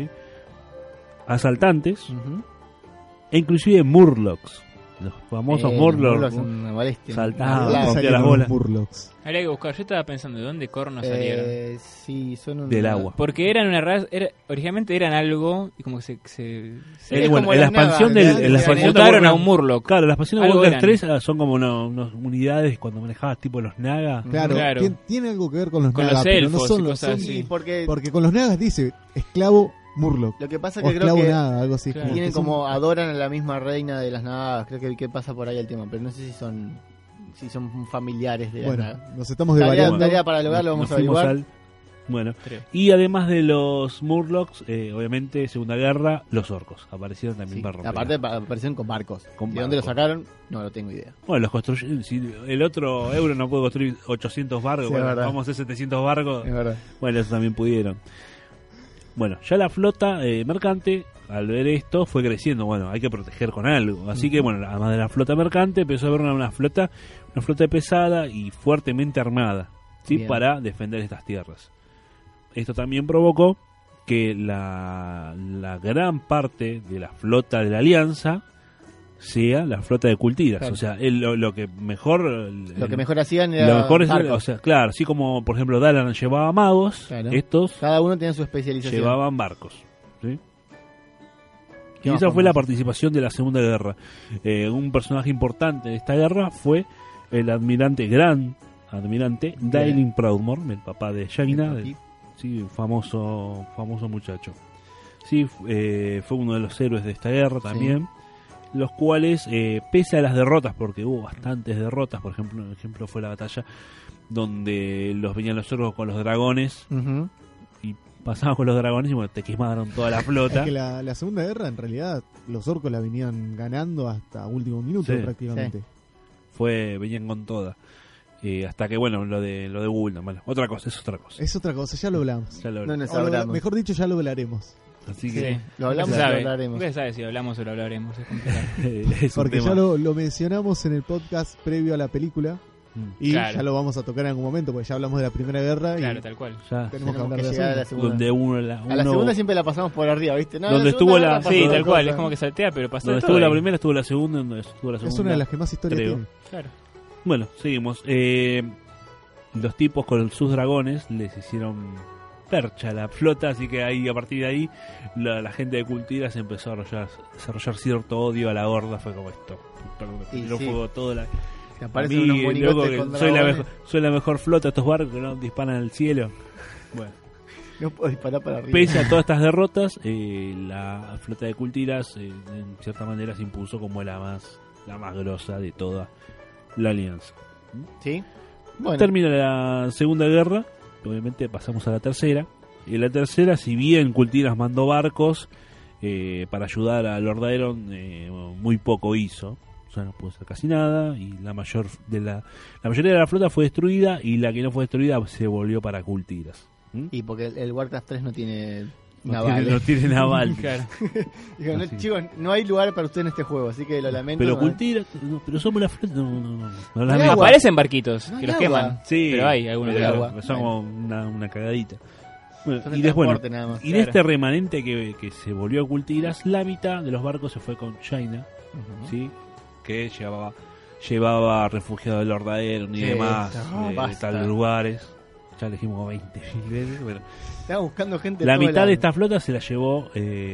[SPEAKER 3] asaltantes, e inclusive Murlocs. Los famosos Murlocs.
[SPEAKER 4] Saltaban, las bolas. Murlocs.
[SPEAKER 5] Habría que buscar. Yo estaba pensando, ¿de dónde cornos salieron?
[SPEAKER 2] Sí, son
[SPEAKER 3] del agua.
[SPEAKER 5] Porque eran una raza, originalmente eran algo y como que se
[SPEAKER 3] bueno, en la expansión
[SPEAKER 5] mutaron a un Murloc.
[SPEAKER 3] Claro, la expansión de Warcraft 3 son como unas unidades cuando manejabas tipo los Naga.
[SPEAKER 4] Claro. Tiene algo que ver con los
[SPEAKER 5] Naga,
[SPEAKER 4] los
[SPEAKER 5] elfos,
[SPEAKER 4] pero no son los
[SPEAKER 2] sí, porque
[SPEAKER 4] con los Nagas dice esclavo Murloc.
[SPEAKER 2] Lo que pasa es que creo que
[SPEAKER 4] nada, algo así,
[SPEAKER 2] claro, tienen como adoran a la misma reina de las Nagas. Creo que pasa por ahí el tema, pero no sé si son familiares de las Nagas.
[SPEAKER 4] Nos estamos devariando.
[SPEAKER 2] Tarea para lograrlo, vamos a averiguar.
[SPEAKER 3] Bueno, y además de los Murlocs, obviamente, Segunda Guerra, los orcos aparecieron también para romper.
[SPEAKER 2] Aparte aparecieron con barcos. ¿De dónde lo sacaron? No lo tengo idea.
[SPEAKER 3] Bueno, los construyeron. Si el otro euro no puede construir 800 barcos,
[SPEAKER 2] sí,
[SPEAKER 3] vamos a hacer 700 barcos.
[SPEAKER 2] Es verdad.
[SPEAKER 3] Bueno, eso también pudieron. Bueno, ya la flota mercante, al ver esto, fue creciendo. Bueno, hay que proteger con algo. Así que, bueno, además de la flota mercante, empezó a haber una flota pesada y fuertemente armada, ¿sí? Para defender estas tierras. Esto también provocó que la gran parte de la flota de la Alianza sea la flota de Kultiras. Claro. O sea, lo que mejor
[SPEAKER 2] hacían era
[SPEAKER 3] lo mejor es, o sea, claro, así como por ejemplo Dalaran llevaba magos, claro, estos
[SPEAKER 2] cada uno tenía su especialización.
[SPEAKER 3] Llevaban barcos, ¿sí? Y esa fue la participación de la Segunda Guerra. Un personaje importante de esta guerra fue el gran almirante Daelin Proudmoore, el papá de Jaina, sí, famoso muchacho. Sí, fue uno de los héroes de esta guerra también. Sí. Los cuales, pese a las derrotas, porque hubo bastantes derrotas, por ejemplo fue la batalla donde venían los orcos con los dragones, y pasaban con los dragones y bueno, te quemaron toda la flota.
[SPEAKER 4] Es que la Segunda Guerra, en realidad, los orcos la venían ganando hasta último minuto, sí, prácticamente.
[SPEAKER 2] Sí.
[SPEAKER 3] Venían con toda. Hasta que, bueno, lo de Gul'dan, bueno, es otra cosa,
[SPEAKER 4] ya lo hablamos.
[SPEAKER 2] No nos hablamos.
[SPEAKER 4] Mejor dicho, ya lo hablaremos.
[SPEAKER 3] Así que
[SPEAKER 2] lo hablamos y lo hablaremos.
[SPEAKER 5] Usted sabe si hablamos o lo hablaremos, es complicado.
[SPEAKER 4] Porque ya lo mencionamos en el podcast previo a la película. Y claro, ya lo vamos a tocar en algún momento, porque ya hablamos de la Primera Guerra.
[SPEAKER 5] Claro,
[SPEAKER 4] y
[SPEAKER 5] tal cual.
[SPEAKER 4] Ya tenemos que hablar de la
[SPEAKER 2] segunda.
[SPEAKER 3] Donde
[SPEAKER 2] a la segunda siempre la pasamos por arriba, ¿viste? No,
[SPEAKER 3] donde estuvo la
[SPEAKER 5] sí, tal cual, es como que saltea, pero pasó.
[SPEAKER 3] Donde estuvo la primera, estuvo la segunda, donde estuvo la segunda.
[SPEAKER 4] Es una de las que más historia tiene.
[SPEAKER 5] Claro.
[SPEAKER 3] Bueno, seguimos. Los tipos con sus dragones les hicieron percha a la flota, así que ahí, a partir de ahí, la gente de Kultiras empezó a desarrollar cierto odio a la horda. Fue como esto, fuego todo la...
[SPEAKER 2] Te aparecen unos monigotes con dragones.
[SPEAKER 3] Soy la mejor flota de estos barcos que no disparan al cielo. Bueno,
[SPEAKER 2] no puedo disparar para arriba.
[SPEAKER 3] Pese a todas estas derrotas, la flota de Kultiras en cierta manera se impuso como la más grosa de toda la alianza.
[SPEAKER 2] Sí. Bueno.
[SPEAKER 3] Termina la Segunda Guerra, obviamente pasamos a la tercera. Y en la tercera, si bien Kultiras mandó barcos para ayudar a Lordaeron, muy poco hizo. O sea, no pudo hacer casi nada. Y la mayoría de la flota fue destruida. Y la que no fue destruida se volvió para Kultiras.
[SPEAKER 2] Y porque el Warcraft 3 no tiene
[SPEAKER 3] No tiene naval.
[SPEAKER 2] Claro. Digo, no, chicos, no hay lugar para usted en este juego, así que lo lamento.
[SPEAKER 3] Pero Cultiras, pero somos la flota. No
[SPEAKER 5] aparecen barquitos que los
[SPEAKER 2] agua.
[SPEAKER 5] Queman.
[SPEAKER 3] Sí,
[SPEAKER 5] pero hay algunos de agua.
[SPEAKER 3] Son como una cagadita. Bueno,
[SPEAKER 2] y después, nada más.
[SPEAKER 3] Y de este remanente que se volvió a Cultiras, la mitad de los barcos se fue con China, ¿sí? Que llevaba refugiados del Lord Aeron y demás, de tales lugares. Ya le dijimos 20.000 veces. Bueno.
[SPEAKER 2] Estaba buscando gente.
[SPEAKER 3] La mitad de esta flota se la llevó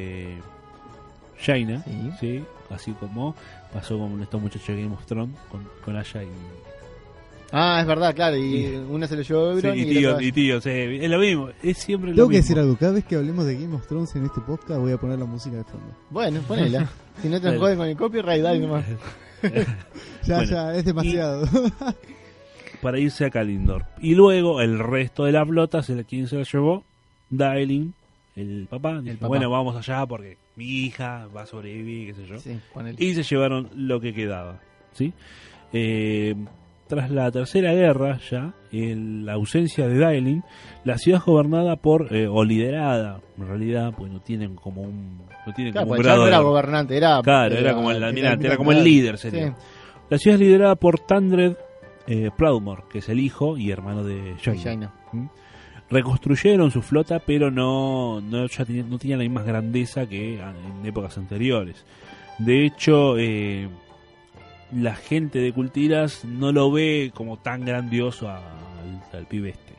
[SPEAKER 3] China, ¿sí? Así como pasó con estos muchachos de Game of Thrones, con Aya y...
[SPEAKER 2] Ah, es verdad, claro, y una se lo llevó Euron
[SPEAKER 3] y tío, sí, es lo mismo, es siempre lo mismo.
[SPEAKER 4] Tengo que decir algo, cada vez que hablemos de Game of Thrones en este podcast voy a poner la música de fondo.
[SPEAKER 2] Bueno, ponela. Si no te joden con el copyright, dale nomás.
[SPEAKER 4] Ya, es demasiado.
[SPEAKER 3] Para irse a Kalindor. Y luego el resto de la flota, ¿quién se la llevó? Daelin, el papá. Dijo, bueno, vamos allá porque mi hija va a sobrevivir, qué sé yo. Sí, y se llevaron lo que quedaba, ¿sí? Tras la tercera guerra ya, en la ausencia de Daelin, la ciudad es gobernada por, o liderada, en realidad, pues no tienen como un... No tienen como un grado
[SPEAKER 2] no era gobernante, era
[SPEAKER 3] como el almirante, era como el líder, sería. Sí. La ciudad es liderada por Tandred Proudmoore, que es el hijo y hermano de Jaina. Reconstruyeron su flota, pero no tenían la misma grandeza que en épocas anteriores. De hecho... la gente de Cultiras no lo ve como tan grandioso al pibe este.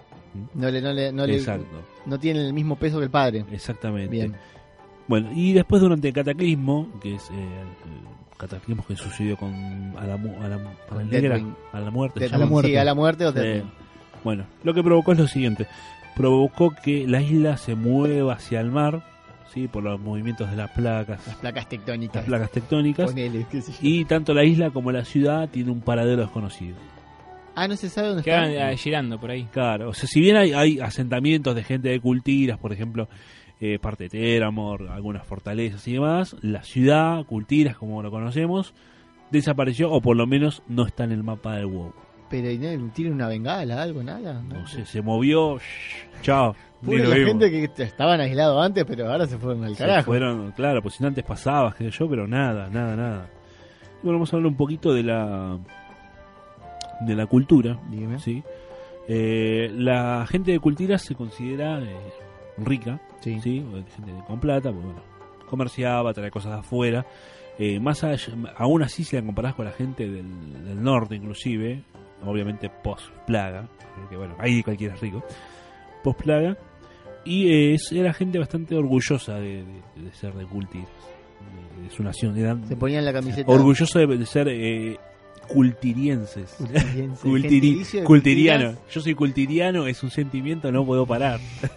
[SPEAKER 2] No tiene el mismo peso que el padre.
[SPEAKER 3] Exactamente.
[SPEAKER 2] Bien.
[SPEAKER 3] Bueno, y después durante el Cataclismo, que es el Cataclismo que sucedió con a la muerte.
[SPEAKER 2] Sí, a la muerte o
[SPEAKER 3] bueno, lo que provocó es lo siguiente. Provocó que la isla se mueva hacia el mar, ¿sí? Por los movimientos de las placas tectónicas.
[SPEAKER 2] Ponele,
[SPEAKER 3] y tanto la isla como la ciudad tiene un paradero desconocido.
[SPEAKER 2] No se sabe dónde
[SPEAKER 5] están girando por ahí.
[SPEAKER 3] Claro, o sea, si bien hay asentamientos de gente de Cultiras, por ejemplo, parte de Teramor, algunas fortalezas y demás, la ciudad, Cultiras como lo conocemos, desapareció, o por lo menos no está en el mapa del WoW.
[SPEAKER 2] Pero ¿tiene una bengala, algo, nada?
[SPEAKER 3] No sé, se movió, chao.
[SPEAKER 2] La gente que estaban aislados antes, pero ahora se fueron al carajo.
[SPEAKER 3] Fueron, claro, pues si antes pasabas, qué sé yo, pero nada. Y bueno, vamos a hablar un poquito de la cultura.
[SPEAKER 2] Dígame.
[SPEAKER 3] ¿Sí? La gente de Cultiras se considera rica, ¿sí? Gente con plata, pues bueno, comerciaba, traía cosas de afuera. Más allá, aún así, si la comparás con la gente del norte, inclusive, obviamente post-plaga, porque bueno, ahí cualquiera es rico, post-plaga. Y era gente bastante orgullosa de ser de Cultiras, de su nación.
[SPEAKER 2] Se ponían la camiseta.
[SPEAKER 3] Orgulloso de ser cultirienses. Cultiriano. Yo soy cultiriano, es un sentimiento, no puedo parar.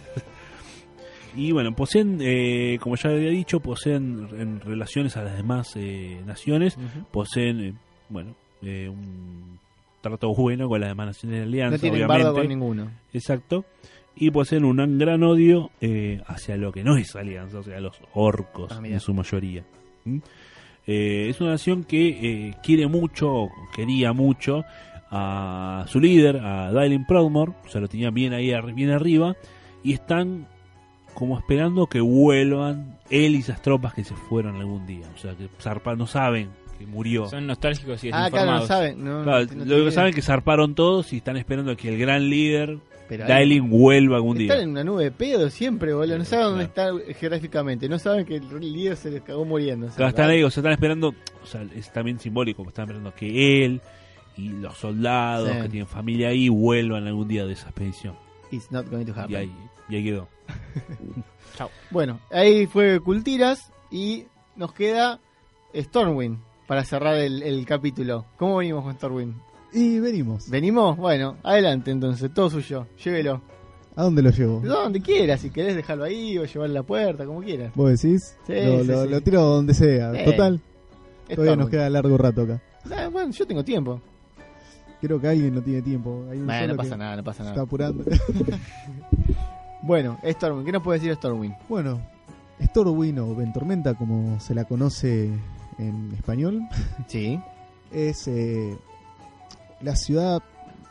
[SPEAKER 3] Y bueno, poseen, como ya había dicho, poseen en relaciones a las demás naciones, poseen, un trato bueno con las demás naciones de la alianza.
[SPEAKER 2] No tienen
[SPEAKER 3] obviamente.
[SPEAKER 2] bardo con ninguno.
[SPEAKER 3] Exacto. Y poseen un gran odio hacia lo que no es alianza, o sea, los orcos en su mayoría. Es una nación que quería mucho a su líder, a Daelin Proudmoore, o sea, lo tenían bien arriba, y están como esperando que vuelvan él y esas tropas que se fueron algún día, o sea, que no saben que murió.
[SPEAKER 5] Son nostálgicos y desinformados.
[SPEAKER 2] Claro, no saben.
[SPEAKER 3] Lo que saben es que zarparon todos y están esperando que el gran líder Daelin vuelva algún día.
[SPEAKER 2] Están en una nube de pedo siempre, boludo. No saben dónde está geográficamente. No saben que el líder se les cagó muriendo.
[SPEAKER 3] Están ahí, están esperando. O sea, es también simbólico. Están esperando que él y los soldados que tienen familia ahí vuelvan algún día de esa expedición.
[SPEAKER 2] It's not going to happen.
[SPEAKER 3] Y ahí quedó.
[SPEAKER 2] Chao. Bueno, ahí fue Cultiras y nos queda Stormwind para cerrar el capítulo. ¿Cómo venimos con Stormwind?
[SPEAKER 4] Y venimos.
[SPEAKER 2] ¿Venimos? Bueno, adelante entonces, todo suyo, llévelo.
[SPEAKER 4] ¿A dónde lo llevo?
[SPEAKER 2] Donde quieras, si querés dejarlo ahí o llevarlo a la puerta, como quieras.
[SPEAKER 4] ¿Vos decís?
[SPEAKER 2] Sí,
[SPEAKER 4] lo tiro donde sea. Total, todavía nos queda largo rato acá.
[SPEAKER 2] Bueno, yo tengo tiempo.
[SPEAKER 4] Creo que alguien no tiene tiempo.
[SPEAKER 2] No pasa nada.
[SPEAKER 4] Está apurando.
[SPEAKER 2] Bueno, Stormwind, ¿qué nos puede decir Stormwind?
[SPEAKER 4] Bueno, Stormwind o Ventormenta, como se la conoce en español,
[SPEAKER 2] sí,
[SPEAKER 4] es la ciudad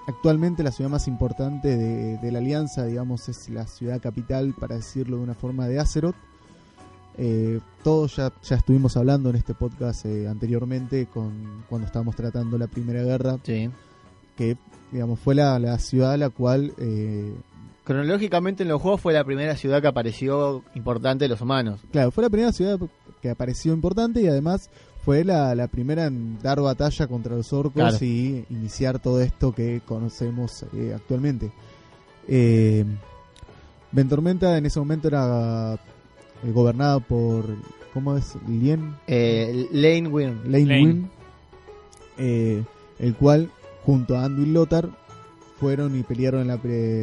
[SPEAKER 4] actualmente la ciudad más importante de la Alianza, digamos, es la ciudad capital, para decirlo de una forma, de Azeroth. Todos ya estuvimos hablando en este podcast anteriormente cuando estábamos tratando la Primera Guerra,
[SPEAKER 2] sí,
[SPEAKER 4] que digamos fue la ciudad a la cual
[SPEAKER 2] cronológicamente en los juegos fue la primera ciudad que apareció importante de los humanos.
[SPEAKER 4] Claro, fue la primera ciudad que apareció importante y además fue la primera en dar batalla contra los orcos, claro, y iniciar todo esto que conocemos actualmente. Ventormenta en ese momento era gobernada por, ¿cómo es?
[SPEAKER 2] Lane
[SPEAKER 4] Wyrn, el cual junto a Anduin Lothar fueron y pelearon en la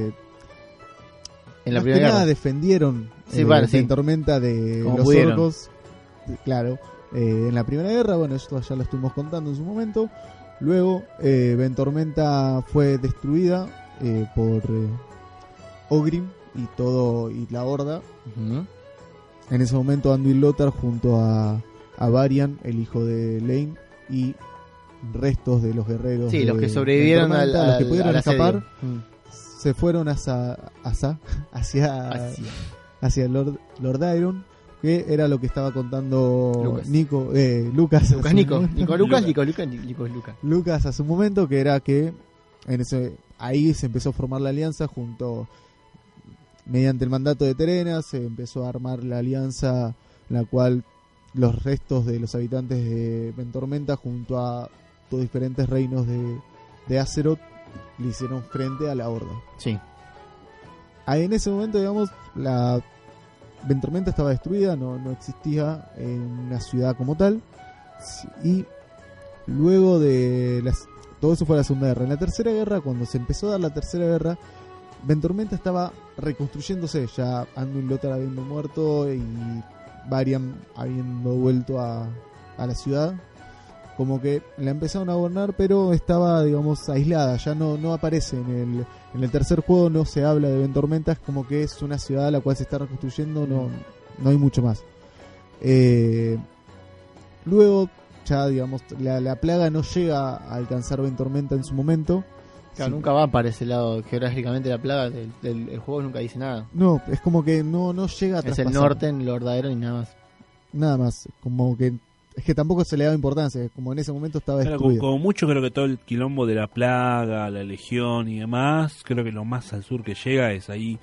[SPEAKER 4] primera guerra. Defendieron Ventormenta de
[SPEAKER 2] como
[SPEAKER 4] los
[SPEAKER 2] pudieron.
[SPEAKER 4] orcos, claro. En la Primera Guerra, bueno, esto ya lo estuvimos contando en su momento. Luego Ventormenta fue destruida por Ogrim y la Horda.
[SPEAKER 2] Uh-huh.
[SPEAKER 4] En ese momento Anduin Lothar junto a Varian, el hijo de Lane, y restos de los guerreros,
[SPEAKER 2] sí, los que sobrevivieron
[SPEAKER 4] los que pudieron escapar, se fueron
[SPEAKER 2] hacia
[SPEAKER 4] Lordaeron, que era lo que estaba contando Lucas a su momento, que era que ahí se empezó a formar la alianza mediante el mandato de Terena. Se empezó a armar la alianza, la cual los restos de los habitantes de Ventormenta junto a los diferentes reinos de Azeroth le hicieron frente a la Horda.
[SPEAKER 2] Sí.
[SPEAKER 4] Ahí en ese momento, digamos, la Ventormenta estaba destruida, no existía en una ciudad como tal. Y luego todo eso fue la Segunda Guerra. En la Tercera Guerra, cuando se empezó a dar la Tercera Guerra, Ventormenta estaba reconstruyéndose, ya Anduin Lothar habiendo muerto y Varian habiendo vuelto a la ciudad. Como que la empezaron a gobernar, pero estaba, digamos, aislada, ya no aparece en el tercer juego, no se habla de Ventormenta, es como que es una ciudad a la cual se está reconstruyendo, no hay mucho más. Luego ya, digamos, la plaga no llega a alcanzar Ventormenta en su momento.
[SPEAKER 2] Claro, sí. Nunca va para ese lado geográficamente la plaga, el juego nunca dice nada.
[SPEAKER 4] No, es como que no llega a traspasar.
[SPEAKER 2] Es el norte en Lordaeron y nada más.
[SPEAKER 4] Nada más, como que es que tampoco se le daba importancia, como en ese momento estaba destruido.
[SPEAKER 3] Como mucho creo que todo el quilombo de la plaga, la legión y demás, creo que lo más al sur que llega es ahí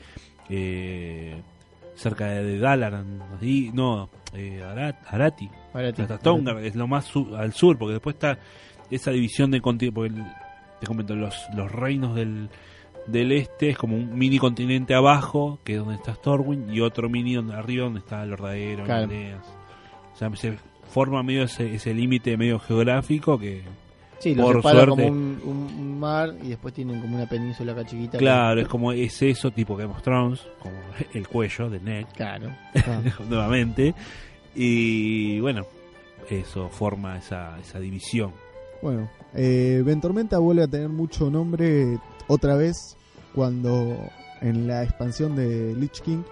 [SPEAKER 3] cerca de Dalaran, Arati. Hasta Tongar es lo más al sur, porque después está esa división de continente. Te comento, los reinos del este es como un mini continente abajo, que es donde está Stormwind, y otro mini arriba donde está Lordaeron, claro. Aldeas. O sea, se forma medio ese límite medio geográfico que
[SPEAKER 2] sí, lo separa como un mar y después tienen como una península acá chiquita.
[SPEAKER 3] Claro, es eso tipo Game of Thrones, como el cuello de Ned.
[SPEAKER 2] Claro.
[SPEAKER 3] Nuevamente. Y bueno, eso forma esa división.
[SPEAKER 4] Bueno, Ventormenta vuelve a tener mucho nombre otra vez cuando en la expansión de Lich King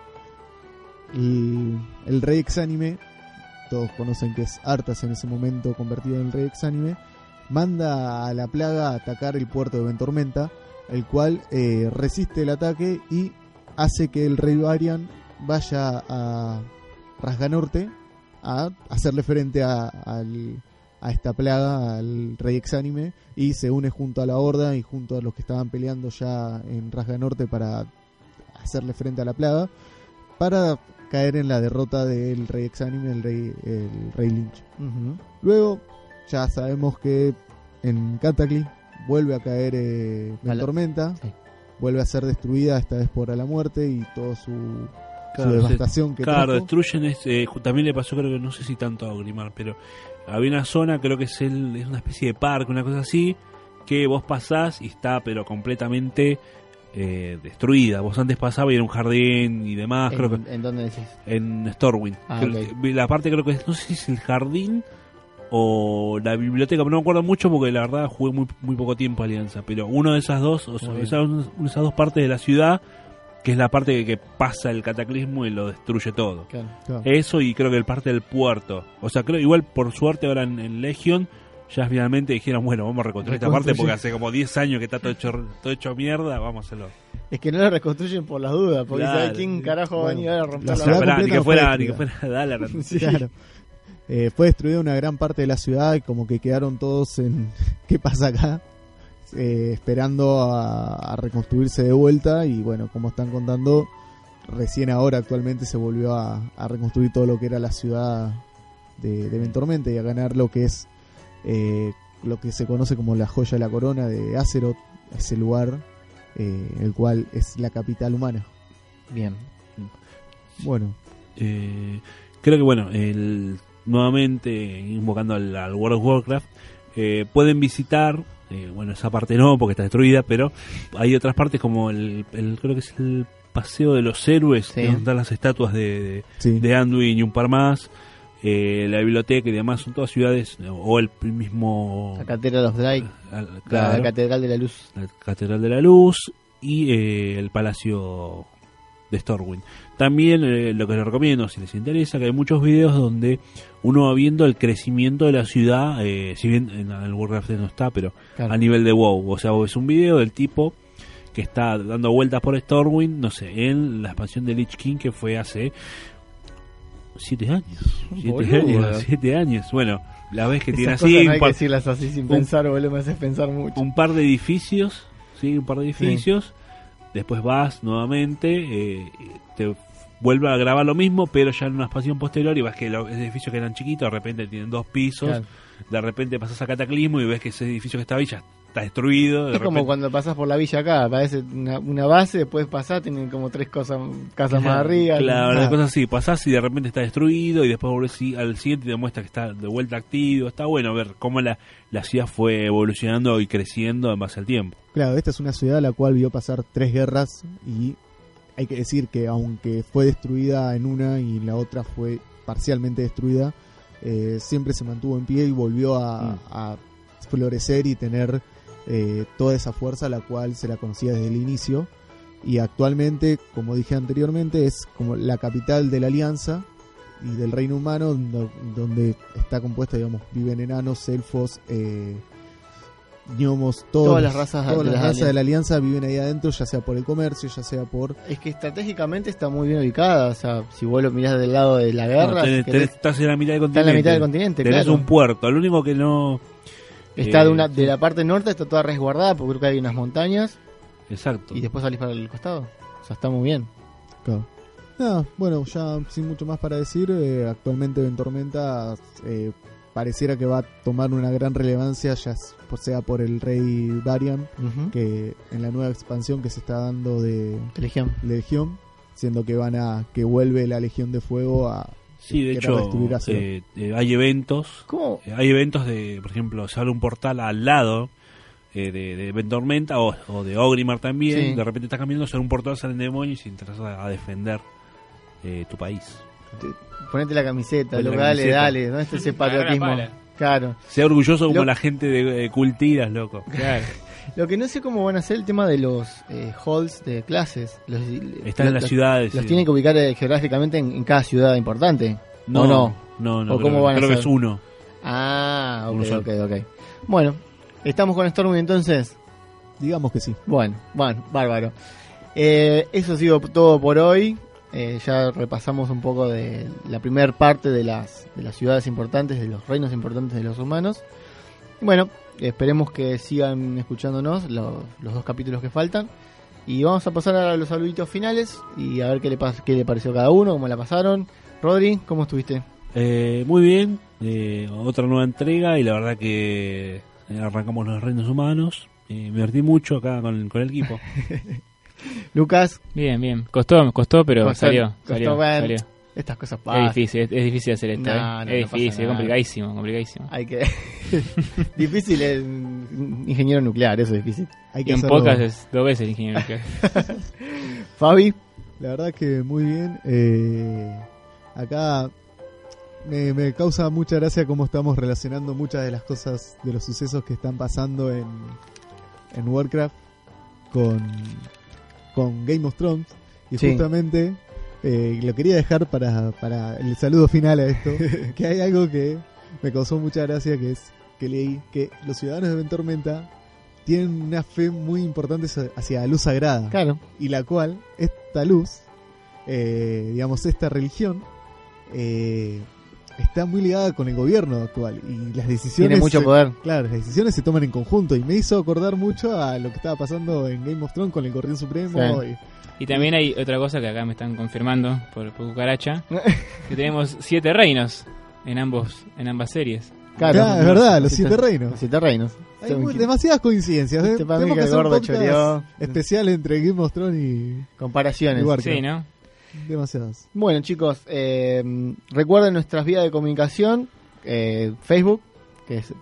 [SPEAKER 4] el rey exánime, todos conocen que es Arthas en ese momento convertido en el rey exánime, manda a la plaga a atacar el puerto de Ventormenta, el cual resiste el ataque y hace que el rey Varian vaya a Rasganorte a hacerle frente a esta plaga, al rey exánime, y se une junto a la Horda y junto a los que estaban peleando ya en Rasganorte para hacerle frente a la plaga, para caer en la derrota del rey exánime, el rey Lynch.
[SPEAKER 2] Uh-huh.
[SPEAKER 4] Luego ya sabemos que en Cataclysm vuelve a caer Ventormenta, sí. Vuelve a ser destruida, esta vez por la muerte y toda su devastación que
[SPEAKER 3] claro,
[SPEAKER 4] trajo.
[SPEAKER 3] Destruyen también le pasó, creo que no sé si tanto a Ogrimmar, pero había una zona, creo que es una especie de parque, una cosa así, que vos pasás y está pero completamente destruida. Vos antes pasabas y era un jardín y demás.
[SPEAKER 2] ¿En dónde decís?
[SPEAKER 3] En Stormwind.
[SPEAKER 2] Okay.
[SPEAKER 3] La parte creo que no sé si es el jardín o la biblioteca, pero no me acuerdo mucho porque la verdad jugué muy poco tiempo a Alianza, pero una de esas dos, esas dos partes de la ciudad, que es la parte que pasa el cataclismo y lo destruye todo.
[SPEAKER 2] Claro.
[SPEAKER 3] Eso, y creo que el parte del puerto. O sea, creo igual por suerte ahora en Legion ya finalmente dijeron, bueno, vamos a reconstruir esta parte porque hace como 10 años que está todo hecho mierda, vamos a hacerlo.
[SPEAKER 2] Es que no lo reconstruyen por las dudas, porque ¿sabe quién carajo va a venir a romper la
[SPEAKER 3] ciudad? Ni que fuera Dallas.
[SPEAKER 4] Sí. Claro. Fue destruida una gran parte de la ciudad y como que quedaron todos en ¿qué pasa acá? Esperando a reconstruirse de vuelta y bueno, como están contando, recién ahora actualmente se volvió a reconstruir todo lo que era la ciudad de Ventormenta y a ganar lo que es lo que se conoce como la joya de la corona de Azeroth, ese lugar el cual es la capital humana.
[SPEAKER 2] Bien.
[SPEAKER 3] Bueno, creo que bueno, nuevamente invocando al World of Warcraft, pueden visitar, bueno, esa parte no porque está destruida, pero hay otras partes como el creo que es el Paseo de los Héroes, donde están las estatuas de Anduin y un par más, la biblioteca y demás, son todas ciudades, o el mismo...
[SPEAKER 2] La Catedral of Drake, la Catedral de la Luz.
[SPEAKER 3] La Catedral de la Luz y el Palacio de Stormwind. También lo que les recomiendo, si les interesa, que hay muchos videos donde uno va viendo el crecimiento de la ciudad, si bien en el Warcraft no está, pero a nivel de WoW. O sea, vos ves un video del tipo que está dando vueltas por Stormwind, no sé, en la expansión de Lich King que fue hace 7 años. 7 años. Bueno, la vez que tiene así...
[SPEAKER 2] No hay que decirlas así sin pensar, boludo, me haces pensar mucho.
[SPEAKER 3] Un par de edificios, después vas nuevamente, te vuelve a grabar lo mismo, pero ya en una expansión posterior y ves que los edificios que eran chiquitos de repente tienen 2 pisos, de repente pasas a Cataclismo y ves que ese edificio que estaba ahí ya está destruido.
[SPEAKER 2] Es como cuando pasas por la villa acá, parece una base, después pasás, tienen como 3 casas más arriba.
[SPEAKER 3] Claro, una cosa así, pasás y de repente está destruido y después volvés al siguiente y te demuestra que está de vuelta activo. Está bueno ver cómo la ciudad fue evolucionando y creciendo en base al tiempo.
[SPEAKER 4] Claro, esta es una ciudad a la cual vio pasar 3 guerras y hay que decir que aunque fue destruida en una y en la otra fue parcialmente destruida, siempre se mantuvo en pie y volvió a florecer y tener toda esa fuerza la cual se la conocía desde el inicio, y actualmente, como dije anteriormente, es como la capital de la Alianza y del reino humano, donde está compuesta, digamos, viven enanos, elfos, gnomos, todas las razas de la Alianza viven ahí adentro, ya sea por el comercio, ya sea por...
[SPEAKER 2] Es que estratégicamente está muy bien ubicada, o sea, si vos lo mirás del lado de la guerra...
[SPEAKER 3] Estás en la mitad del continente.
[SPEAKER 2] Está en la mitad del continente,
[SPEAKER 3] tenés un puerto, lo único que no...
[SPEAKER 2] Está de la parte norte, está toda resguardada, porque creo que hay unas montañas.
[SPEAKER 3] Exacto.
[SPEAKER 2] Y después salís para el costado. O sea, está muy bien.
[SPEAKER 4] Claro. Bueno, ya sin mucho más para decir, actualmente Ventormenta pareciera que va a tomar una gran relevancia, ya sea por el rey Varian, que en la nueva expansión que se está dando de Legión, siendo que vuelve la Legión de Fuego a...
[SPEAKER 3] Sí, de hecho, hay eventos.
[SPEAKER 2] ¿Cómo?
[SPEAKER 3] Hay eventos de, por ejemplo, se abre un portal al lado de Ventormenta o de Ogrimmar también. Sí. De repente estás caminando sobre un portal, salen demonios y entras a defender tu país.
[SPEAKER 2] Ponete la camiseta, dale, ¿dónde está ese patriotismo? Claro.
[SPEAKER 3] Sea orgulloso como la gente de Cultiras, loco.
[SPEAKER 2] Claro. Lo que no sé cómo van a hacer el tema de los halls de clases.
[SPEAKER 3] Están en las ciudades.
[SPEAKER 2] Los tienen que ubicar geográficamente en cada ciudad importante.
[SPEAKER 3] No.
[SPEAKER 2] ¿O cómo van a hacer?
[SPEAKER 3] Creo que es uno.
[SPEAKER 2] Ah, ok. Bueno, ¿estamos con Stormwind entonces?
[SPEAKER 4] Digamos que sí.
[SPEAKER 2] Bueno, bárbaro. Eso ha sido todo por hoy. Ya repasamos un poco de la primera parte de las ciudades importantes, de los reinos importantes de los humanos. Bueno, esperemos que sigan escuchándonos los 2 capítulos que faltan. Y vamos a pasar a los saluditos finales y a ver qué le pareció a cada uno, cómo la pasaron. Rodri, ¿cómo estuviste?
[SPEAKER 3] Muy bien, otra nueva entrega y la verdad que arrancamos los reinos humanos. Me divertí mucho acá con el equipo.
[SPEAKER 2] Lucas.
[SPEAKER 5] Bien. Costó, pero salió.
[SPEAKER 2] Estas cosas pasan.
[SPEAKER 5] Es difícil hacer esto. Es difícil, es complicadísimo.
[SPEAKER 2] Hay que... Difícil es ingeniero nuclear, eso es difícil.
[SPEAKER 5] Y en podcast es 2 veces ingeniero nuclear.
[SPEAKER 2] Fabi.
[SPEAKER 4] La verdad que muy bien. Acá me causa mucha gracia cómo estamos relacionando muchas de las cosas, de los sucesos que están pasando en Warcraft con Game of Thrones. Y justamente... lo quería dejar para el saludo final a esto, que hay algo que me causó mucha gracia, que es que leí que los ciudadanos de Ventormenta tienen una fe muy importante hacia la luz sagrada.
[SPEAKER 2] Claro.
[SPEAKER 4] Y la cual, esta luz, digamos, esta religión, está muy ligada con el gobierno actual. Y las decisiones...
[SPEAKER 2] Tiene mucho poder.
[SPEAKER 4] Claro, las decisiones se toman en conjunto. Y me hizo acordar mucho a lo que estaba pasando en Game of Thrones con el Guardián Supremo.
[SPEAKER 2] Sí.
[SPEAKER 5] Y también hay otra cosa que acá me están confirmando por Cucaracha, que tenemos 7 reinos en ambas series.
[SPEAKER 2] Claro,
[SPEAKER 4] es verdad, los 7 reinos.
[SPEAKER 2] Los 7 reinos.
[SPEAKER 4] Hay demasiadas coincidencias. Tenemos que hacer un podcast especial entre Game of Thrones y...
[SPEAKER 2] comparaciones.
[SPEAKER 5] Sí, ¿no?
[SPEAKER 4] Demasiadas.
[SPEAKER 2] Bueno, chicos, recuerden nuestras vías de comunicación. Facebook, que es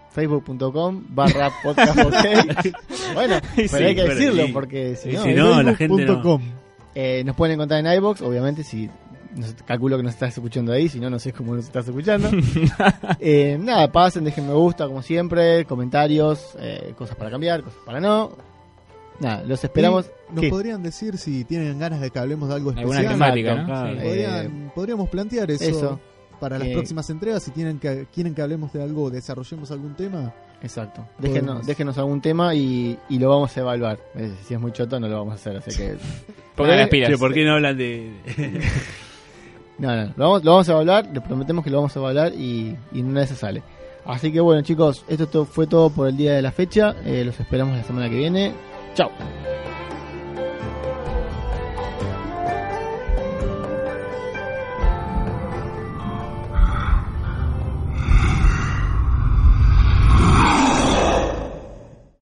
[SPEAKER 2] facebook.com/podcast. Bueno, pero hay que decirlo porque si
[SPEAKER 3] no la gente no.
[SPEAKER 2] Nos pueden encontrar en iVoox, obviamente, si calculo que nos estás escuchando ahí, si no, no sé cómo nos estás escuchando. Nada, pasen, dejen me gusta como siempre, comentarios, cosas para cambiar, cosas para no. Nada, los esperamos.
[SPEAKER 4] Nos podrían decir si tienen ganas de que hablemos de algo especial.
[SPEAKER 5] Alguna temática, ¿no?
[SPEAKER 3] Claro.
[SPEAKER 4] Podríamos plantear eso. Para las próximas entregas, si quieren que hablemos de algo, desarrollemos algún tema.
[SPEAKER 2] Exacto. Déjenos algún tema y lo vamos a evaluar. Si es muy choto, no lo vamos a hacer. Así que.
[SPEAKER 5] Pongan las pilas.
[SPEAKER 3] ¿Por qué no hablan de.?
[SPEAKER 2] No. Lo vamos a evaluar. Les prometemos que lo vamos a evaluar y nada de eso sale. Así que bueno, chicos, esto fue todo por el día de la fecha. Los esperamos la semana que viene. Chao.